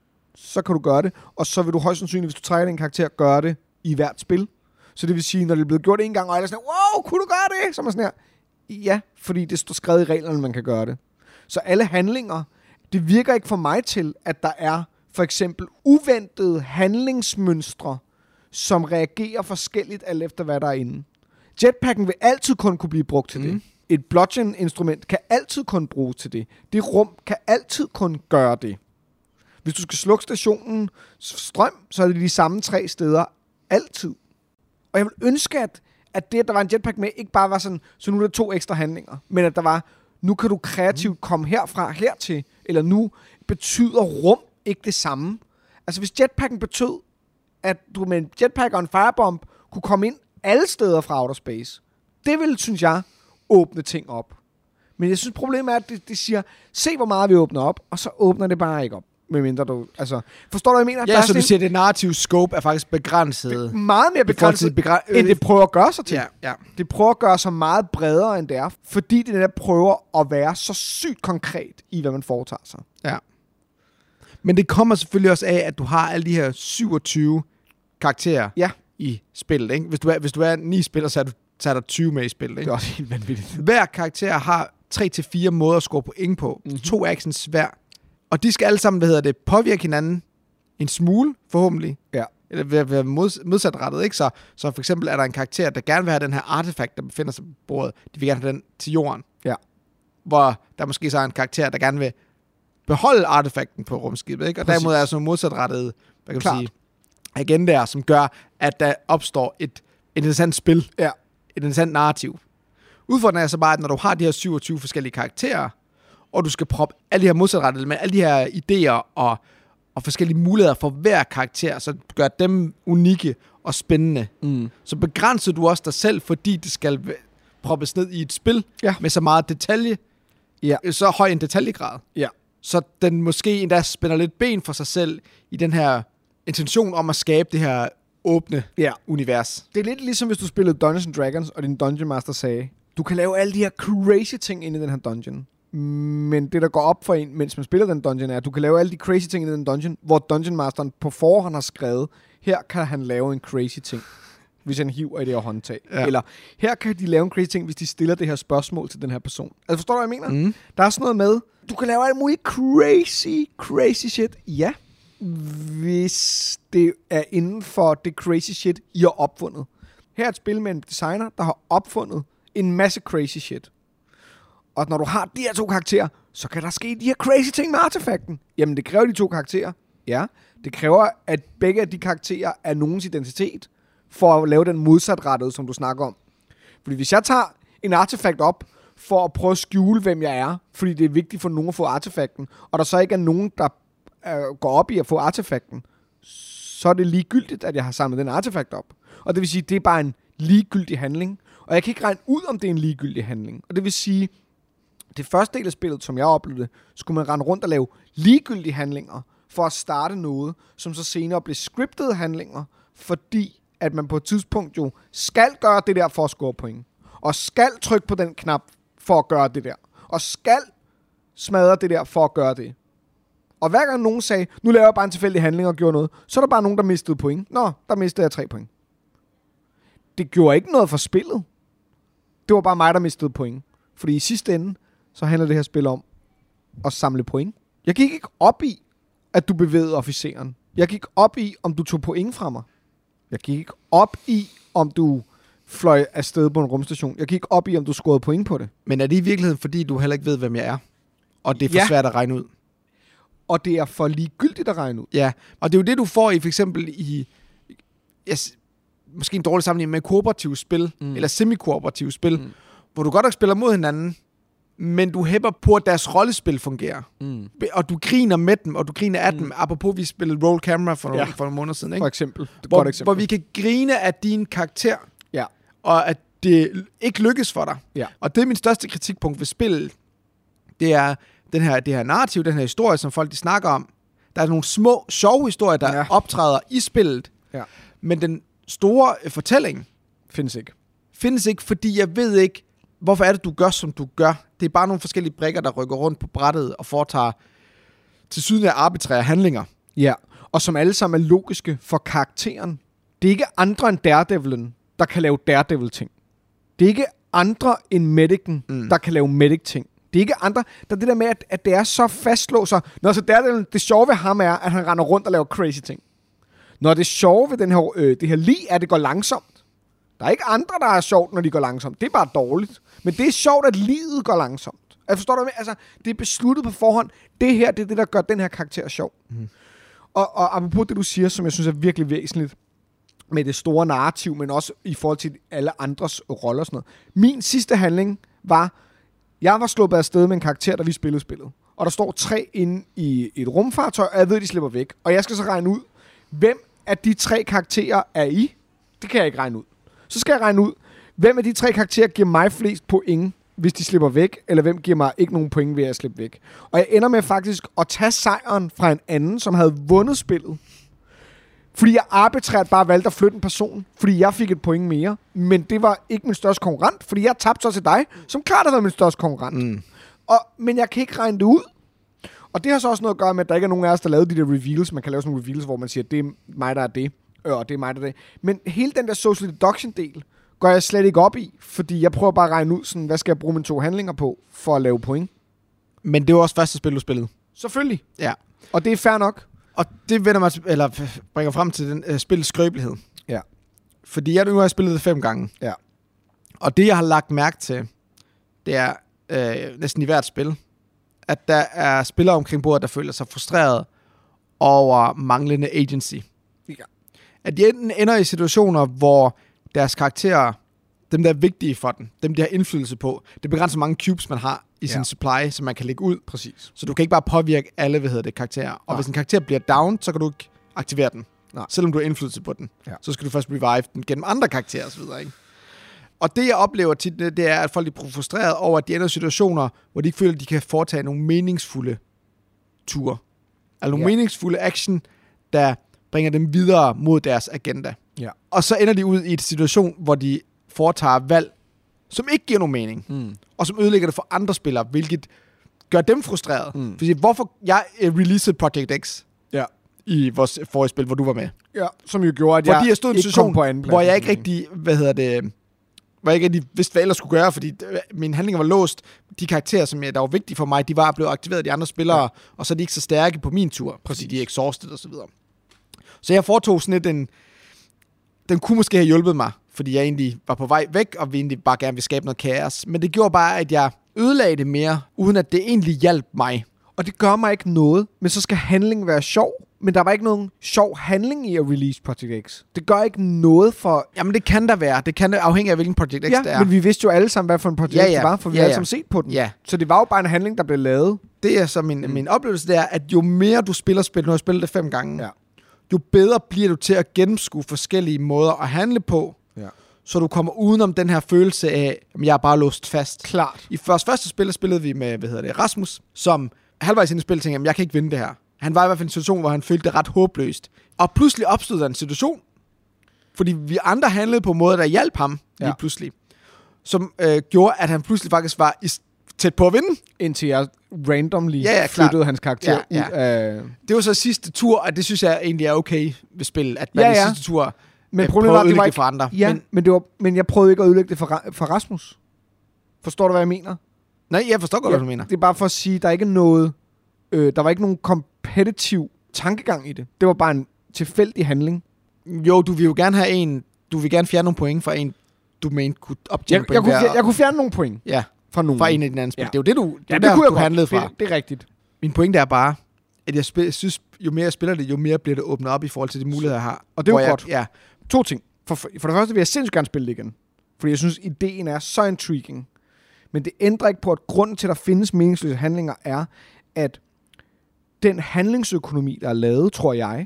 så kan du gøre det. Og så vil du højst sandsynligt, hvis du trækker den karakter, gøre det i hvert spil. Så det vil sige, når det er blevet gjort en gang, og alle er sådan, wow, kunne du gøre det? Så er man sådan her. Ja, fordi det står skrevet i reglerne, man kan gøre det. Så alle handlinger, det virker ikke for mig til, at der er for eksempel uventede handlingsmønstre, som reagerer forskelligt alt efter, hvad der er inde. Jetpacken vil altid kun kunne blive brugt til det. Et bludgeon-instrument kan altid kun bruges til det. Det rum kan altid kun gøre det. Hvis du skal slukke stationen strøm, så er det de samme 3 steder altid. Og jeg vil ønske, at det, at der var en jetpack med, ikke bare var sådan, så nu er der 2 ekstra handlinger, men at der var, nu kan du kreativt komme herfra hertil, eller nu betyder rum ikke det samme. Altså hvis jetpacken betød, at du med en jetpack og en firebomb kunne komme ind alle steder fra outer space, det ville, synes jeg, åbne ting op. Men jeg synes, problemet er, at det siger, se hvor meget vi åbner op, og så åbner det bare ikke op. Medmindre du, altså, forstår du, hvad jeg mener? Ja, så du siger, at det narrative scope er faktisk begrænset. Meget mere begrænset, end det prøver at gøre sig til. Ja. Det prøver at gøre sig meget bredere, end det er, fordi det der prøver at være så sygt konkret i, hvad man foretager sig. Ja. Men det kommer selvfølgelig også af, at du har alle de her 27 karakterer i spillet, ikke? Hvis du er 9 spillere, så er der 20 med i spillet, ikke? Det er også helt vanvittigt. Hver karakter har 3-4 måder at score point på. 2 er ikke sådan svær. Og de skal alle sammen, påvirke hinanden en smule, forhåbentlig. Ja. Eller være modsatrettet, ikke? Så for eksempel er der en karakter, der gerne vil have den her artefakt, der befinder sig på bordet. De vil gerne have den til jorden. Ja. Hvor der måske så er en karakter, der gerne vil beholde artefakten på rumskibet, ikke? Og præcis. derimod er der sådan nogle modsatrettede, hvad kan man sige, agendaer, som gør, at der opstår et interessant spil. Ja. Et interessant narrativ. Udfordringen er så bare, at når du har de her 27 forskellige karakterer, og du skal proppe alle de her modsatrettede, med alle de her idéer og forskellige muligheder for hver karakter, så gør dem unikke og spændende. Så begrænser du også dig selv, fordi det skal proppes ned i et spil med så meget detalje, så høj en detaljegrad. Ja. Så den måske endda spænder lidt ben for sig selv i den her intention om at skabe det her åbne Ja. univers. Det er lidt ligesom, hvis du spillede Dungeons & Dragons, og din Dungeon Master sagde, du kan lave alle de her crazy ting inde i den her dungeon. Men det, der går op for en, mens man spiller den dungeon, er, at du kan lave alle de crazy ting i den dungeon, hvor Dungeon Masteren på forhånd har skrevet, her kan han lave en crazy ting, hvis han hiver i det her håndtag. Ja. Eller, her kan de lave en crazy ting, hvis de stiller det her spørgsmål til den her person. Altså, forstår du, hvad jeg mener? Mm. Der er sådan noget med, du kan lave alt muligt crazy shit. Ja, hvis det er inden for det crazy shit, I har opfundet. Her er et spil med en designer, der har opfundet en masse crazy shit. Og når du har de her 2 karakterer, så kan der ske de her crazy ting med artefakten. Jamen, det kræver de 2 karakterer. Ja, det kræver, at begge af de karakterer er nogens identitet, for at lave den modsatrettede, som du snakker om. Fordi hvis jeg tager en artefakt op, for at prøve at skjule, hvem jeg er, fordi det er vigtigt for nogen at få artefakten, og der så ikke er nogen, der går op i at få artefakten, så er det ligegyldigt, at jeg har samlet den artefakt op. Og det vil sige, at det er bare en ligegyldig handling. Og jeg kan ikke regne ud, om det er en ligegyldig handling. Og det vil sige, det første del af spillet, som jeg oplevede, skulle man rende rundt og lave ligegyldige handlinger, for at starte noget, som så senere blev scriptede handlinger, fordi at man på et tidspunkt jo skal gøre det der for at score point. Og skal trykke på den knap for at gøre det der. Og skal smadre det der for at gøre det. Og hver gang nogen sagde, nu laver jeg bare en tilfældig handling og gjorde noget, så er der bare nogen, der mistede point. Nå, der mistede jeg 3 point. Det gjorde ikke noget for spillet. Det var bare mig, der mistede point. Fordi i sidste ende, så handler det her spil om at samle point. Jeg gik ikke op i, at du bevægede officeren. Jeg gik op i, om du tog point fra mig. Jeg gik ikke op i, om du fløj afsted på en rumstation. Jeg gik op i, om du scorede point på det. Men er det i virkeligheden, fordi du heller ikke ved, hvem jeg er? Og det er for svært at regne ud? Og det er for ligegyldigt at regne ud. Ja, og det er jo det, du får i for eksempel i måske en dårlig sammenligning med kooperative spil, eller semi-kooperative spil, hvor du godt nok spiller mod hinanden, men du hæpper på, at deres rollespil fungerer. Og du griner med dem, og du griner af dem. Apropos, vi spillede Roll Camera for nogle måneder siden, ikke? For eksempel. Hvor vi kan grine af din karakter, og at det ikke lykkes for dig. Ja. Og det er min største kritikpunkt ved spillet. Det er det her narrativ, den her historie, som folk de snakker om. Der er nogle små, sjove historier, der optræder i spillet. Ja. Men den store fortælling findes ikke, fordi jeg ved ikke, hvorfor er det, du gør, som du gør. Det er bare nogle forskellige brikker, der rykker rundt på brættet og foretager tilsyneladende arbitrære handlinger. Ja, og som alle sammen er logiske for karakteren. Det er ikke andre end Daredevilen, der kan lave Daredevil-ting. Det er ikke andre end Medic'en, der kan lave Medic-ting. Det er ikke andre. Der er det der med, at det er så fastlåser. Når så Daredevil, det sjove ved ham er, at han render rundt og laver crazy ting. Når det sjove ved det her lig er, at det går langsomt. Der er ikke andre, der er sjovt, når de går langsomt. Det er bare dårligt. Men det er sjovt, at livet går langsomt. Jeg forstår du? Altså, det er besluttet på forhånd. Det her, det er det, der gør den her karakter sjov. Og apropos det, du siger, som jeg synes er virkelig væsentligt, med det store narrativ, men også i forhold til alle andres roller og sådan noget. Min sidste handling var, jeg var sluppet afsted med en karakter, da vi spillede spillet. Og der står 3 inde i et rumfartøj, og jeg ved, de slipper væk. Og jeg skal så regne ud, hvem af de 3 karakterer er I? Det kan jeg ikke regne ud. Så skal jeg regne ud, hvem af de 3 karakterer giver mig flest point, hvis de slipper væk, eller hvem giver mig ikke nogen point ved at slippe væk. Og jeg ender med faktisk at tage sejren fra en anden, som havde vundet spillet. Fordi jeg arbitrært bare valgte at flytte en person, fordi jeg fik et point mere. Men det var ikke min største konkurrent, fordi jeg tabte så til dig, som klart har været min største konkurrent. Men jeg kan ikke regne det ud. Og det har så også noget at gøre med, at der ikke er nogen af os, der lavede de der reveals. Man kan lave sådan nogle reveals, hvor man siger, det er mig, der er det, og det er mig, der er det. Men hele den der social deduction-del går jeg slet ikke op i, fordi jeg prøver bare at regne ud, sådan, hvad skal jeg bruge mine 2 handlinger på, for at lave point. Men det var også første spil, du spillede. Selvfølgelig. Ja. Og det er fair nok. Og det bringer frem til den spillets skrøbelighed. Ja. Fordi nu har jeg spillet det 5 gange. Ja. Og det, jeg har lagt mærke til, det er næsten i hvert spil, at der er spillere omkring bordet, der føler sig frustreret over manglende agency. Ja. At de enten ender i situationer, hvor deres karakterer, dem der er vigtige for den, dem de har indflydelse på, det begrænser mange cubes, man har i sin supply, som man kan lægge ud. Præcis. Så du kan ikke bare påvirke alle, karakterer. Og hvis en karakter bliver down, så kan du ikke aktivere den. Nej. Selvom du har indflydelse på den. Ja. Så skal du først revive den gennem andre karakterer osv. Og det, jeg oplever tit, det er, at folk er frustreret over, at de ender i situationer, hvor de ikke føler, at de kan foretage nogle meningsfulde ture. Altså nogle meningsfulde action, der bringer dem videre mod deres agenda. Og så ender de ud i et situation, hvor de foretager valg, som ikke giver nogen mening, og som ødelægger det for andre spillere, hvilket gør dem frustreret. Fordi hvorfor jeg releasede Project X i vores forrige spil, hvor du var med. Ja, som jo gjorde, at fordi jeg stod i en situation, på anden plads, hvor jeg ikke rigtig, hvor jeg ikke rigtig vidste, hvad ellers skulle gøre, fordi mine handlinger var låst. De karakterer, som der var vigtige for mig, de var blevet aktiveret af de andre spillere, og så er de ikke så stærke på min tur, fordi de er exhausted og så videre. Så jeg foretog sådan et, den kunne måske have hjulpet mig, fordi jeg egentlig var på vej væk, og vi egentlig bare gerne ville skabe noget kaos. Men det gjorde bare, at jeg ødelagde det mere, uden at det egentlig hjalp mig. Og det gør mig ikke noget, men så skal handlingen være sjov. Men der var ikke nogen sjov handling i at release Project X. Det gør ikke noget for... Jamen det kan der være. Det kan afhænge af, hvilken Project X det er. Men vi vidste jo alle sammen, hvad for en Project X det var, for vi havde alle sammen set på den. Ja. Så det var jo bare en handling, der blev lavet. Det er så min oplevelse, det er, at jo mere du spiller, nu har jeg spillet det 5 gange, jo bedre bliver du til at gennemskue forskellige måder at handle på, så du kommer udenom den her følelse af, at jeg er bare låst fast. Klart. I første spil spillede vi med, Rasmus, som halvvejs ind i spillet tænkte, jeg kan ikke vinde det her. Han var i hvert fald i en situation, hvor han følte det ret håbløst. Og pludselig opstod der en situation, fordi vi andre handlede på måder, der hjalp ham lige pludselig, som gjorde, at han pludselig faktisk var tæt på at vinde. Indtil jeg randomly flyttede hans karakter ud af... Det var så sidste tur, og det synes jeg egentlig er okay ved spillet, at man i sidste tur men problemet var, at det var ikke for andre. Ja, men jeg prøvede ikke at ødelægge det for Rasmus. Forstår du, hvad jeg mener? Nej, jeg forstår godt, hvad du mener. Det er bare for at sige, der er ikke noget... der var ikke nogen kompetitiv tankegang i det. Det var bare en tilfældig handling. Jo, du vil jo gerne have du vil gerne fjerne nogle point fra en, du mente kunne optjene point. Jeg kunne fjerne nogle point. Ja, fra nogen. Fra en af dine anden spil. Ja. Det er jo det, du handlede fra. Det er rigtigt. Min pointe er bare, at jeg synes, jo mere jeg spiller det, jo mere bliver det åbnet op i forhold til de muligheder, jeg har. Og det er jo godt. Ja. 2 ting. For det første vil jeg sindssygt gerne spille det igen. Fordi jeg synes, ideen er så intriguing. Men det ændrer ikke på, at grunden til, at der findes meningsløse handlinger, er, at den handlingsøkonomi, der er lavet, tror jeg,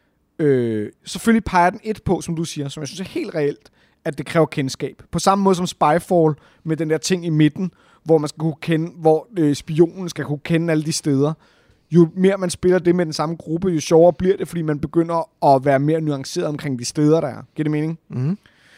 selvfølgelig peger den på, som du siger, som jeg synes er helt reelt, at det kræver kendskab. På samme måde som Spyfall, med den der ting i midten, hvor man skal kunne kende, hvor spionen skal kunne kende alle de steder. Jo mere man spiller det med den samme gruppe, jo sjovere bliver det, fordi man begynder at være mere nuanceret omkring de steder, der er. Giver det mening? Mm-hmm.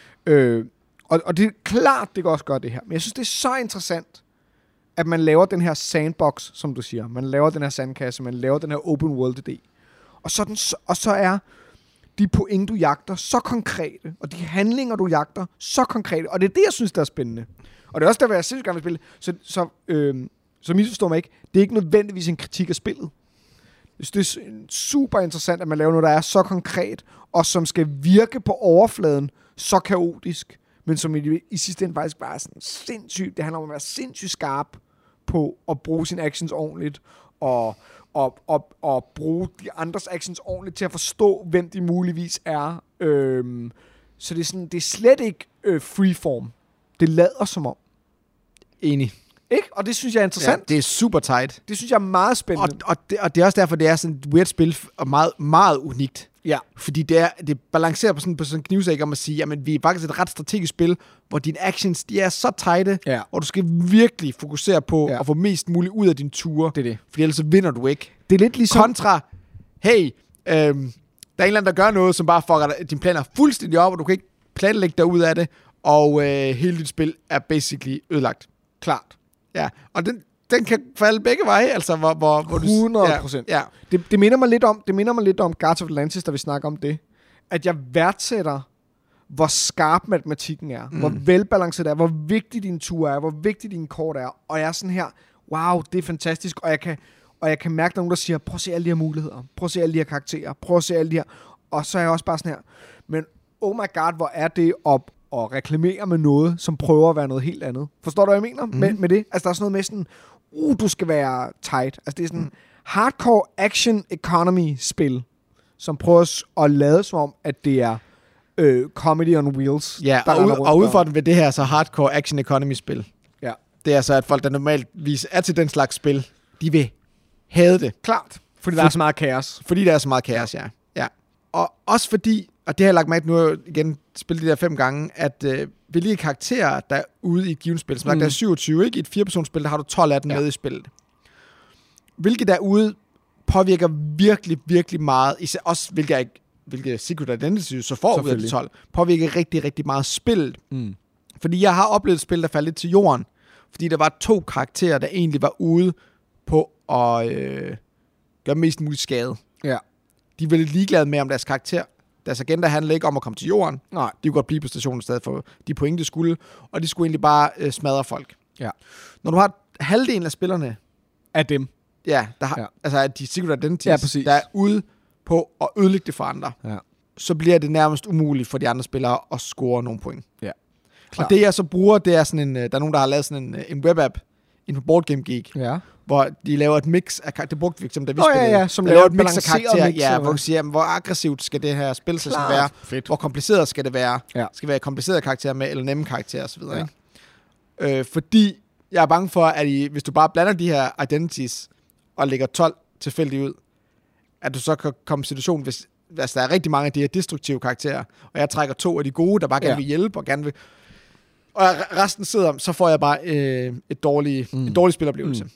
Og det er klart, det kan også gøre det her. Men jeg synes, det er så interessant, at man laver den her sandbox, som du siger. Man laver den her sandkasse, man laver den her open world-idé. Og så er de point, du jagter, så konkrete, og de handlinger, du jagter, så konkrete. Og det er det, jeg synes, der er spændende. Og det er også der, hvor jeg sindssygt gerne vil spille. Så misforstår mig ikke. Det er ikke nødvendigvis en kritik af spillet. Det er super interessant, at man laver noget, der er så konkret, og som skal virke på overfladen så kaotisk, men som i sidste ende faktisk bare er sådan sindssygt. Det handler om at være sindssygt skarp på at bruge sine actions ordentligt, og bruge de andres actions ordentligt til at forstå, hvem de muligvis er. Så det er slet ikke freeform. Det lader som om. Enig. Ikke? Og det synes jeg er interessant. Ja, det er super tight. Det synes jeg er meget spændende. Og det er også derfor, det er sådan et weird spil, og meget, meget unikt. Ja. Fordi det balancerer på sådan en knivsæk om at sige, jamen vi er faktisk et ret strategisk spil, hvor dine actions, de er så tighte, og du skal virkelig fokusere på at få mest muligt ud af din ture. Det er det. Fordi ellers så vinder du ikke. Det er lidt ligesom... Kontra, hey, der er en eller anden, der gør noget, som bare fucker dine planer fuldstændig op, og du kan ikke planlægge dig ud af det, og hele dit spil er basically ødelagt. Klart. Ja, og den kan falde begge veje, altså hvor 100%. Ja. Det minder mig lidt om Guardians of Atlantis, der vi snakker om det. At jeg værdsætter, hvor skarp matematikken er, hvor velbalanceret det er, hvor vigtig din tur er, hvor vigtig din kort er. Og jeg er sådan her, wow, det er fantastisk, og jeg kan mærke, at der er nogen, der siger, prøv at se alle de her muligheder, prøv at se alle de her karakterer, prøv at se alle de her. Og så er jeg også bare sådan her, men oh my god, hvor er det op og reklamere med noget, som prøver at være noget helt andet. Forstår du, hvad jeg mener med det? Altså, der er sådan noget med sådan, du skal være tight. Altså, det er sådan hardcore action economy spil, som prøver at lade som om, at det er comedy on wheels. Ja, og udfordringen ved det her så hardcore action economy spil. Ja. Det er så, at folk, der normalvis er til den slags spil, de vil have det. Klart. Fordi der er så meget kaos. Fordi der er så meget kaos, ja. Og også fordi, og det har jeg lagt mig nu har jeg igen spillet de der 5 gange, at hvilke karakterer, der er ude i et givet spil, som der er 27, ikke? I et 4-personsspil, der har du 12 af dem med i spillet. Hvilke der er ude, påvirker virkelig, virkelig meget, især også hvilke jeg ikke hvilke Secret Identity så får ud af de 12, påvirker rigtig, rigtig meget spillet. Fordi jeg har oplevet et spil, der faldt lidt til jorden, fordi der var 2 karakterer, der egentlig var ude på at gøre mest muligt skade. Ja. De var lidt ligeglade med, om deres karakter, deres agenda handler ikke om at komme til jorden. Nej. De kunne godt blive på stationen i stedet for de point, de skulle, og de skulle egentlig bare smadre folk. Ja. Når du har halvdelen af spillerne Af dem. ja, der har, altså de Secret Identities, præcis. der er ude på at ødelægge det for andre, Ja. så bliver det nærmest umuligt for de andre spillere at score nogle point. Ja. Og det jeg så bruger, det er sådan en, der er nogen, der har lavet sådan en webapp inde på Board Game Geek, Ja. hvor de laver et mix af karakterer. Det brugte vi eksempel, da vi spillede. Ja, som laver laver et mix af karakterer, mix, ja, hvor du siger, hvor aggressivt skal det her spil så være, Fedt. hvor kompliceret skal det være, Ja. skal være komplicerede karakterer med, eller nemme karakterer osv. Ja. Fordi jeg er bange for, at hvis du bare blander de her identities, og lægger 12 tilfældigt ud, at du så kan komme i en situation, hvis der er rigtig mange af de her destruktive karakterer, og jeg trækker 2 af de gode, der bare gerne vil hjælpe, og gerne vil... Og resten sidder, så får jeg bare et dårligt spiloplevelse.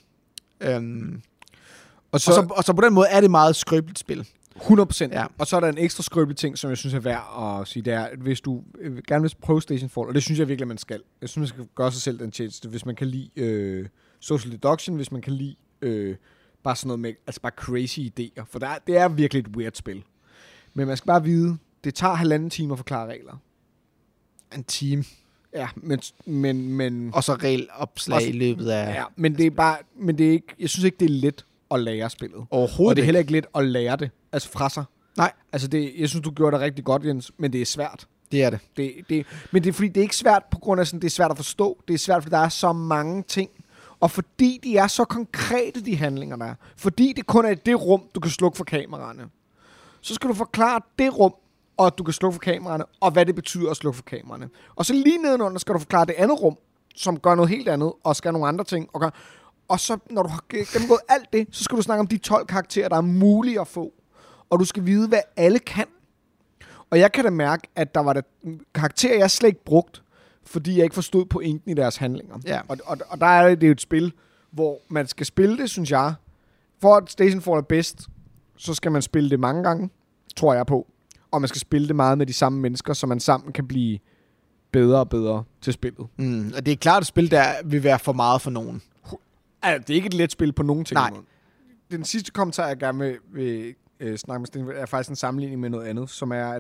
Og så på den måde er det meget skrøbeligt spil. 100%. Ja. Og så er der en ekstra skrøbelig ting, som jeg synes er værd at sige, det er, at hvis du gerne vil prøve Stationfall, og det synes jeg virkelig, at man skal. Jeg synes, man skal gøre sig selv den tjeneste, hvis man kan lide social deduction, hvis man kan lide bare sådan noget med, altså bare crazy idéer. For det er virkelig et weird spil. Men man skal bare vide, det tager 1,5 time at forklare regler. En time. Ja, men Og så regelopslag i løbet af... Ja, men det er bare, men det er ikke, jeg synes ikke, det er let at lære spillet. Overhovedet og det er heller ikke let at lære det, altså fra sig. Nej. Altså jeg synes, du gjorde det rigtig godt, Jens, men det er svært. Det er det. Men det er fordi, det er ikke svært på grund af sådan, det er svært at forstå. Det er svært, fordi der er så mange ting. Og fordi de er så konkrete, de handlinger der er. Fordi det kun er i det rum, du kan slukke for kameraerne. Så skal du forklare det rum, og at du kan slukke for kameraerne, og hvad det betyder at slukke for kameraerne. Og så lige nedenunder skal du forklare det andet rum, som gør noget helt andet, og skal nogle andre ting. Og så, når du har gennemgået alt det, så skal du snakke om de 12 karakterer, der er mulige at få. Og du skal vide, hvad alle kan. Og jeg kan da mærke, at der var der karakterer, jeg slet ikke brugt, fordi jeg ikke forstod pointen i deres handlinger. Ja. Og der er det jo et spil, hvor man skal spille det, synes jeg. For at Stationfall er bedst, så skal man spille det mange gange, tror jeg på. Og man skal spille det meget med de samme mennesker, så man sammen kan blive bedre og bedre til spillet. Og det er klart, at spil der vil være for meget for nogen. Altså, det er ikke et let spil på nogen ting. Nej. Den sidste kommentar, jeg gerne vil snakke med Sten, er faktisk en sammenligning med noget andet, som er,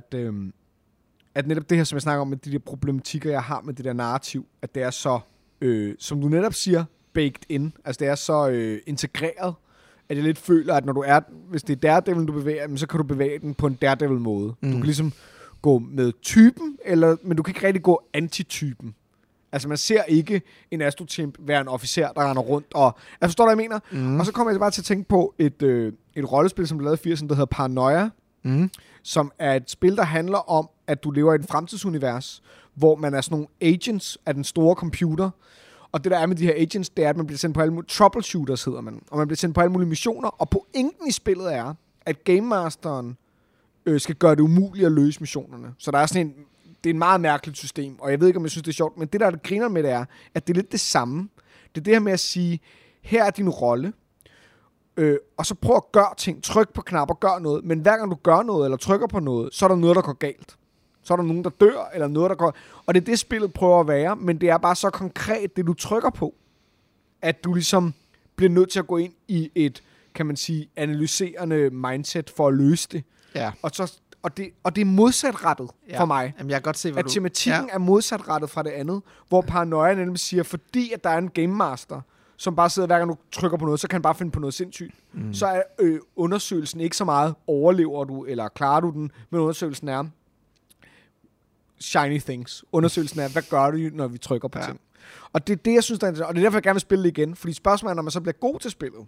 at netop det her, som jeg snakker om, med de der problematikker, jeg har med det der narrativ, at det er så, som du netop siger, baked in. Altså, det er så integreret, at jeg lidt føler, at når du er, hvis det er Daredevil, du bevæger, så kan du bevæge den på en Daredevil-måde. Du kan ligesom gå med typen, men du kan ikke rigtig gå antitypen. Altså, man ser ikke en astrochimp være en officer, der render rundt. Og jeg forstår, hvad jeg mener. Og så kommer jeg bare til at tænke på et rollespil, som blev lavet i 80'erne, der hedder Paranoia, som er et spil, der handler om, at du lever i et fremtidsunivers, hvor man er sådan nogle agents af den store computer. Og det, der er med de her agents, det er, at man bliver sendt på alle mulige... Troubleshooters hedder man. Og man bliver sendt på alle mulige missioner. Og pointen i spillet er, at Game Masteren skal gøre det umuligt at løse missionerne. Så der er sådan det er et meget mærkeligt system, og jeg ved ikke, om jeg synes, det er sjovt, men det, der griner med det er, at det er lidt det samme. Det er det her med at sige, her er din rolle, og så prøv at gøre ting, tryk på knapper, gør noget, men hver gang du gør noget, eller trykker på noget, så er der noget, der går galt. Så er der nogen, der dør, eller noget, der går... Og det er det, spillet prøver at være, men det er bare så konkret, det du trykker på, at du ligesom bliver nødt til at gå ind i et, kan man sige, analyserende mindset for at løse det. Ja. Og det er modsatrettet for mig. Jamen, jeg kan godt se, hvad at tematikken er modsatrettet fra det andet, hvor Paranoia nemlig siger, fordi at der er en game master, som bare sidder, hver gang du trykker på noget, så kan han bare finde på noget sindssygt. Så er undersøgelsen ikke så meget, overlever du, eller klarer du den, men undersøgelsen er shiny things. Undersøgelsen er, hvad gør du, når vi trykker på ting? Og det er det, jeg synes, der er interessant. Og det er derfor, jeg gerne vil spille det igen. Fordi spørgsmålet er, når man så bliver god til spillet,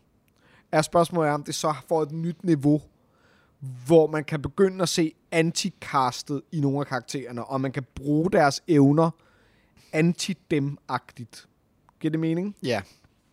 om det så får et nyt niveau, hvor man kan begynde at se anti-castet i nogle af karaktererne, og man kan bruge deres evner anti-dem-agtigt. Giver det mening? Ja.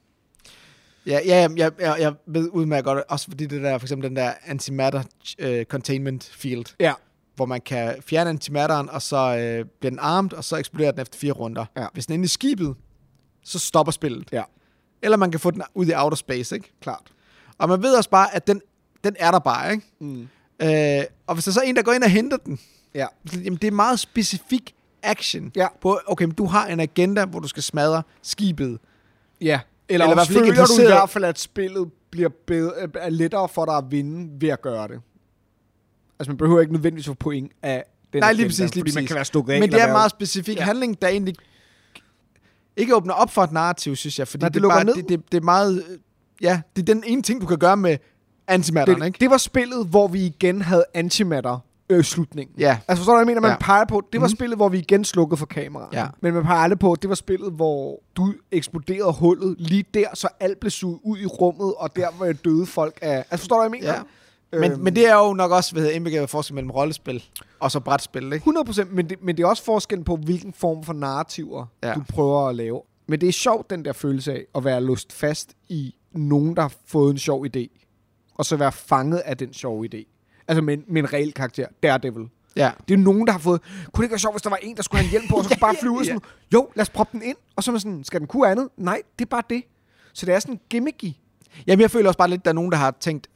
Jeg ved udmærket godt, også fordi det der, for eksempel den der antimatter containment field, hvor man kan fjerne antimatteren, og så bliver den armed, og så eksploderer den efter 4 runder. Ja. Hvis den er inde i skibet, så stopper spillet. Ja. Eller man kan få den ud i outer space, ikke? Klart. Og man ved også bare, at den er der bare, ikke? Og hvis der så er en, der går ind og henter den, Ja. jamen det er meget specifik action. Ja. På, okay, men du har en agenda, hvor du skal smadre skibet. Ja. Eller i også hvert fald ikke føler du i interesseret. hvert fald, at spillet bliver er lettere for dig at vinde ved at gøre det. Altså, man behøver ikke nødvendigvis få point af den Nej, lige agenda, præcis, lige fordi man præcis. kan være stukket af. Men det er eller meget specifik handling, der egentlig ikke åbner op for et narrativ, synes jeg. Fordi Nej, det lukker ned. Det er meget... Ja, det er den ene ting, du kan gøre med antimatteren, ikke? Det var spillet, hvor vi igen havde antimatter slutningen. Ja. Altså forstår du, hvad jeg mener? Man Ja. peger på, det var spillet, hvor vi igen slukkede for kameraet. Ja. Men man peger aldrig på, det var spillet, hvor du eksploderede hullet lige der, så alt blev suget ud i rummet, og der var døde folk af... Altså forstår du, hvad jeg mener? Men det er jo nok også indbegrebet forskel mellem rollespil og så brætspil, ikke? 100%, men det er også forskellen på, hvilken form for narrativer, du prøver at lave. Men det er sjovt, den der følelse af at være låst fast i nogen, der har fået en sjov idé, og så være fanget af den sjove idé. Altså med en reel karakter. Daredevil. Ja. Det er nogen, der har fået... Kunne det ikke være sjovt, hvis der var en, der skulle have en hjelm på, og så kunne bare flyve ud sådan... Jo, lad os proppe den ind. Og så er man sådan, skal den kunne andet? Nej, det er bare det. Så det er sådan gimmicky. Jamen, jeg føler også bare lidt, der er nogen, der har tænkt...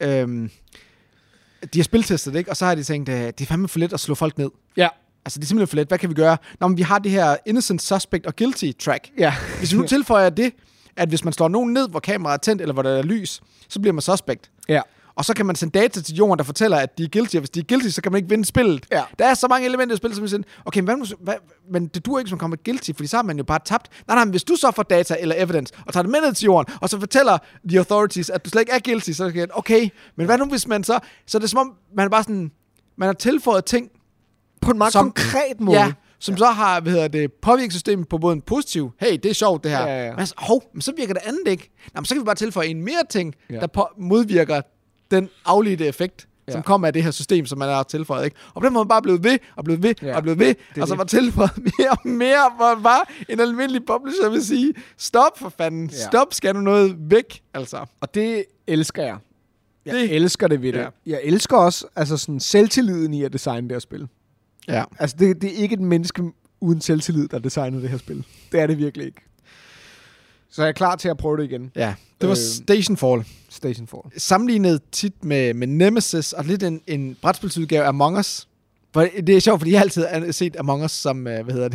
de har spiltestet det, ikke? Og så har de tænkt, det er fandme for let at slå folk ned. Ja. Altså, det er simpelthen for let. Hvad kan vi gøre? Nå, men vi har det her innocent suspect og guilty track. Ja. Hvis vi nu tilføjer det, at hvis man slår nogen ned, hvor kameraet er tændt, eller hvor der er lys, så bliver man suspect. Ja. Og så kan man sende data til jorden, der fortæller, at de er guilty, og hvis de er guilty, så kan man ikke vinde spillet. Ja. Der er så mange elementer i spillet, som vi siger, okay, men det duer ikke, som kommer guilty, fordi så har man jo bare tabt. Nej, men hvis du så får data eller evidence, og tager det med ned til jorden, og så fortæller the authorities, at du slet ikke er guilty, så kan okay, men hvad nu hvis man så er det som om, man er bare sådan, man har tilføjet ting, På en meget konkret måde. Ja, som så har, påvirket systemet på både en positiv, hey, det er sjovt det her. Ja. Men så virker det andet ikke. Nå, men så kan vi bare tilføje en mere ting, der modvirker den afledte effekt, som kommer af det her system, som man har tilføjet, ikke? Og på den måde bare blevet ved, og blevet ved, og blevet ved, og så var tilføjet mere og mere, hvor bare en almindelig publisher vil sige, stop for fanden, stop, skal du noget væk, altså. Og det elsker jeg. Jeg elsker det ved det. Jeg elsker også altså sådan selvtilliden i at designe det her spil. Ja. Altså, det er ikke et menneske uden selvtillid, der designer det her spil. Det er det virkelig ikke. Så jeg er klar til at prøve det igen. Ja, det var Stationfall. Stationfall. Sammenlignet tit med Nemesis, og lidt en brætspilsudgave af Among Us. For det er sjovt, fordi jeg altid har set Among Us som,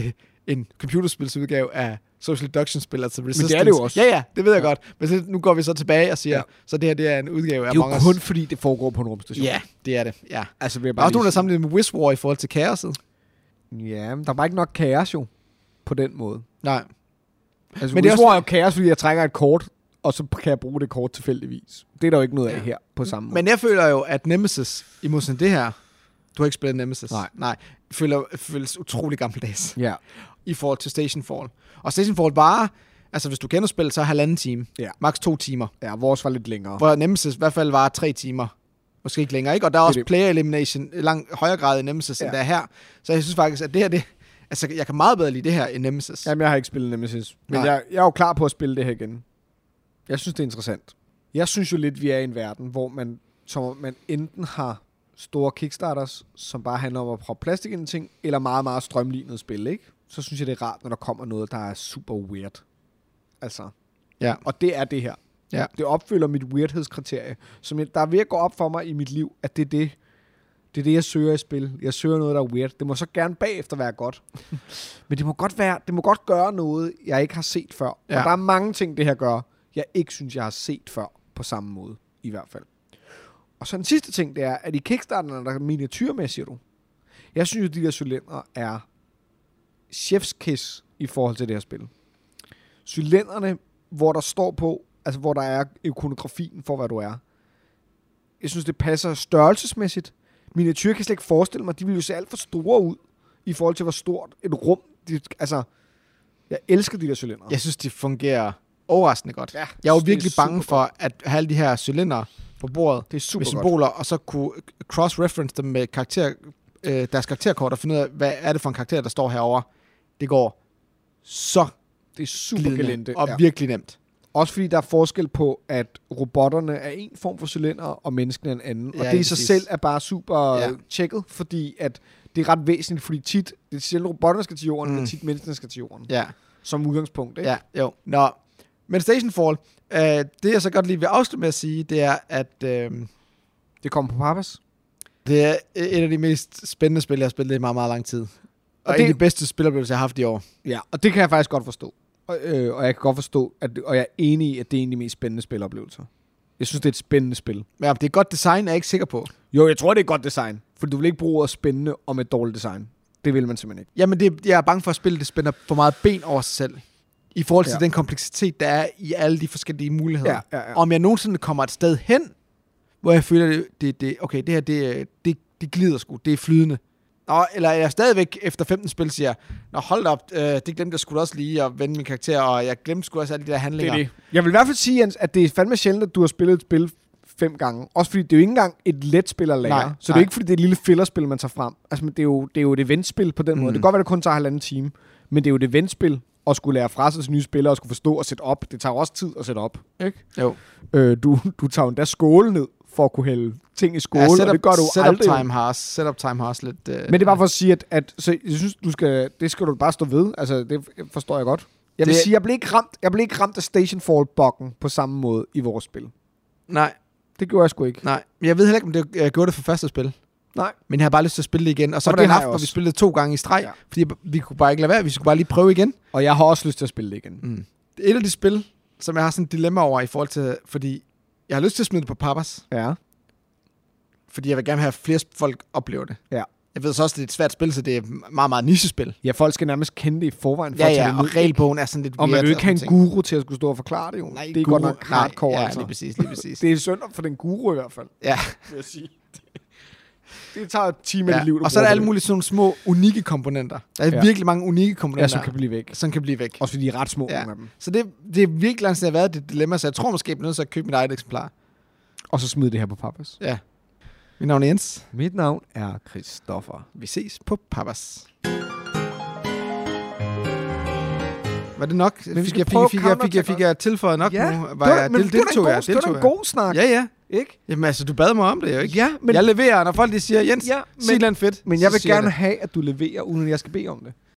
en computerspilsudgave af Social Deduction-spil, altså Resistance. Men det er det jo også. Ja, det ved jeg godt. Men nu går vi så tilbage og siger, så det her det er en udgave af Among Us. Det er jo kun fordi, det foregår på en rumstation. Ja, det er det. Ja. Altså, vil jeg der er også nogen, der sige. sammenligner med Wizwar i forhold til kaoset. Ja, men der er bare ikke nok kaos jo, på den måde. Nej. Altså, men det er også jo kaos, fordi jeg trækker et kort, og så kan jeg bruge det kort tilfældigvis. Det er der jo ikke noget af her på samme måde. Men jeg føler jo, at Nemesis, i modsætning det her, du har ikke spillet Nemesis. Nej. Føles utrolig gammeldags. Ja. I forhold til Stationfall. Og Stationfall var, altså hvis du kender spillet, så er 1,5 time. Ja. Max 2 timer. Ja, vores var lidt længere. Hvor Nemesis i hvert fald var 3 timer. Måske ikke længere, ikke? Og der er også player elimination i langt højere grad i Nemesis, end der er her. Så jeg synes faktisk, at det her, altså jeg kan meget bedre lide det her end Nemesis. Jamen, jeg har ikke spillet Nemesis. Men jeg er jo klar på at spille det her igen. Jeg synes, det er interessant. Jeg synes jo lidt, vi er i en verden, hvor man enten har store kickstarters, som bare handler om at proppe plastik ind i ting, eller meget, meget strømlignet spil, ikke? Så synes jeg, det er rart, når der kommer noget, der er super weird. Altså. Ja. Og det er det her. Ja. Det opfylder mit weirdhedskriterie, som der er ved at gå op for mig i mit liv, at det er det, jeg søger i spil. Jeg søger noget, der er weird. Det må så gerne bagefter være godt. Men det må godt gøre noget, jeg ikke har set før. Ja. Og der er mange ting, det her gør, jeg ikke synes, jeg har set før på samme måde, i hvert fald. Og så den sidste ting, det er, at i Kickstarterne, der er miniatyr med, siger du. Jeg synes jo, de der cylindre er chef's kiss i forhold til det her spil. Cylindrene, hvor der står på, altså hvor der er ikonografien for, hvad du er. Jeg synes, det passer størrelsesmæssigt. Miniatyr kan slet ikke forestille mig, de vil jo se alt for store ud, i forhold til, hvor stort et rum. Jeg elsker de der cylindre. Jeg synes, de fungerer overraskende godt. Ja, jeg er jo virkelig bange for, at have alle de her cylinder på bordet, det er super med symboler, og så kunne cross-reference dem med deres karakterkort, og finde ud af, hvad er det for en karakter, der står herovre. Det går så det er super gelente og virkelig nemt. Også fordi der er forskel på, at robotterne er en form for cylinder, og menneskene er en anden. Og det i sig selv er bare super tjekket, fordi at det er ret væsentligt, fordi tit, det er sjældent robotterne skal til jorden, men tit menneskene skal til jorden. Ja. Som udgangspunkt, ikke? Ja, jo. Nå, men Stationfall, det jeg så godt lige vil afslutte med at sige, det er, at det kommer på Papas. Det er et af de mest spændende spil, jeg har spillet i meget, meget lang tid. Og en af de bedste spiloplevelser, jeg har haft i år. Ja, og det kan jeg faktisk godt forstå. Og jeg kan godt forstå, og jeg er enig i, at det er en af de mest spændende spiloplevelser. Jeg synes, det er et spændende spil. Men om det er godt design, er jeg ikke sikker på. Jo, jeg tror, det er godt design. For du vil ikke bruge ordet spændende om et dårligt design. Det vil man simpelthen ikke. Jamen, jeg er bange for at spille, det spænder for meget ben over sig selv. I forhold til den kompleksitet, der er i alle de forskellige muligheder. Ja. Om jeg nogensinde kommer et sted hen, hvor jeg føler, okay, det her, det glider sgu, det er flydende. Eller jeg stadigvæk efter 15 spil siger, hold da op, det glemte jeg sgu da også lige at vende min karakter, og jeg glemte sgu også alle de der handlinger. Det er det. Jeg vil i hvert fald sige, Jens, at det er fandme sjældent, at du har spillet et spil 5 gange. Også fordi det er jo ikke engang et let spil at lære. Så det er ikke fordi, det er et lille fillerspil, man tager frem. Altså, det er jo et eventspil på den måde. Det kan godt være, det kun tager 1,5 time, men det er jo et eventspil at skulle lære fra sig til nye spillere og skulle forstå og sætte op. Det tager også tid at sætte op. Ikke? Jo. Du tager jo endda skåle ned for at kunne hælde ting i skåle, og det gør du aldrig. Setup time har også lidt... Men det er bare for at sige, at så jeg synes, det skal du bare stå ved. Altså, det forstår jeg godt. Jeg vil sige, jeg blev ikke ramt af Station Fall-buggen på samme måde i vores spil. Nej. Det gjorde jeg sgu ikke. Nej, men jeg ved heller ikke, om jeg gjorde det for første spil. Nej. Men jeg har bare lyst til at spille det igen. Og så var det en aften, hvor vi spillede 2 gange i streg, fordi vi kunne bare ikke lade være. Vi skulle bare lige prøve igen. Og jeg har også lyst til at spille det igen. Det er et af de spil, som jeg har sådan et dilemma over i forhold til, fordi jeg har lyst til at smide det på Papas. Ja. Fordi jeg vil gerne have, at flere folk oplever det. Ja. Jeg ved så også, at det er et svært spil, så det er meget, meget nichespil. Ja, folk skal nærmest kende det i forvejen. For Ja, og regelbogen er sådan lidt... Og man vil ikke have en guru til at skulle stå og forklare det, jo. Nej, det er godt nok hardcore, ja, altså. lige præcis. Det er synd for den guru i hvert fald. Ja. Vil jeg sige. Det tager et time af dit liv, og så er der alle mulige sådan små unikke komponenter. Der er virkelig mange unikke komponenter. Som kan blive væk. Også fordi de er ret små, nogle af dem. Så det er virkelig langt, det har været det dilemma, så jeg tror måske, jeg bliver nødt til at købe mit eget eksemplar. Og så smide det her på Papas. Ja. Mit navn er Jens. Mit navn er Christoffer. Vi ses på Papas. Var det nok? Fik jeg tilføjet nok nu? Deltog jeg? Det var en god snak. Ja. Ikke? Jamen altså, du bad mig om det jo, ikke? Ja, men... Jeg leverer, når folk de siger, Jens, sig noget fedt. Men jeg vil gerne have, at du leverer, uden at jeg skal bede om det.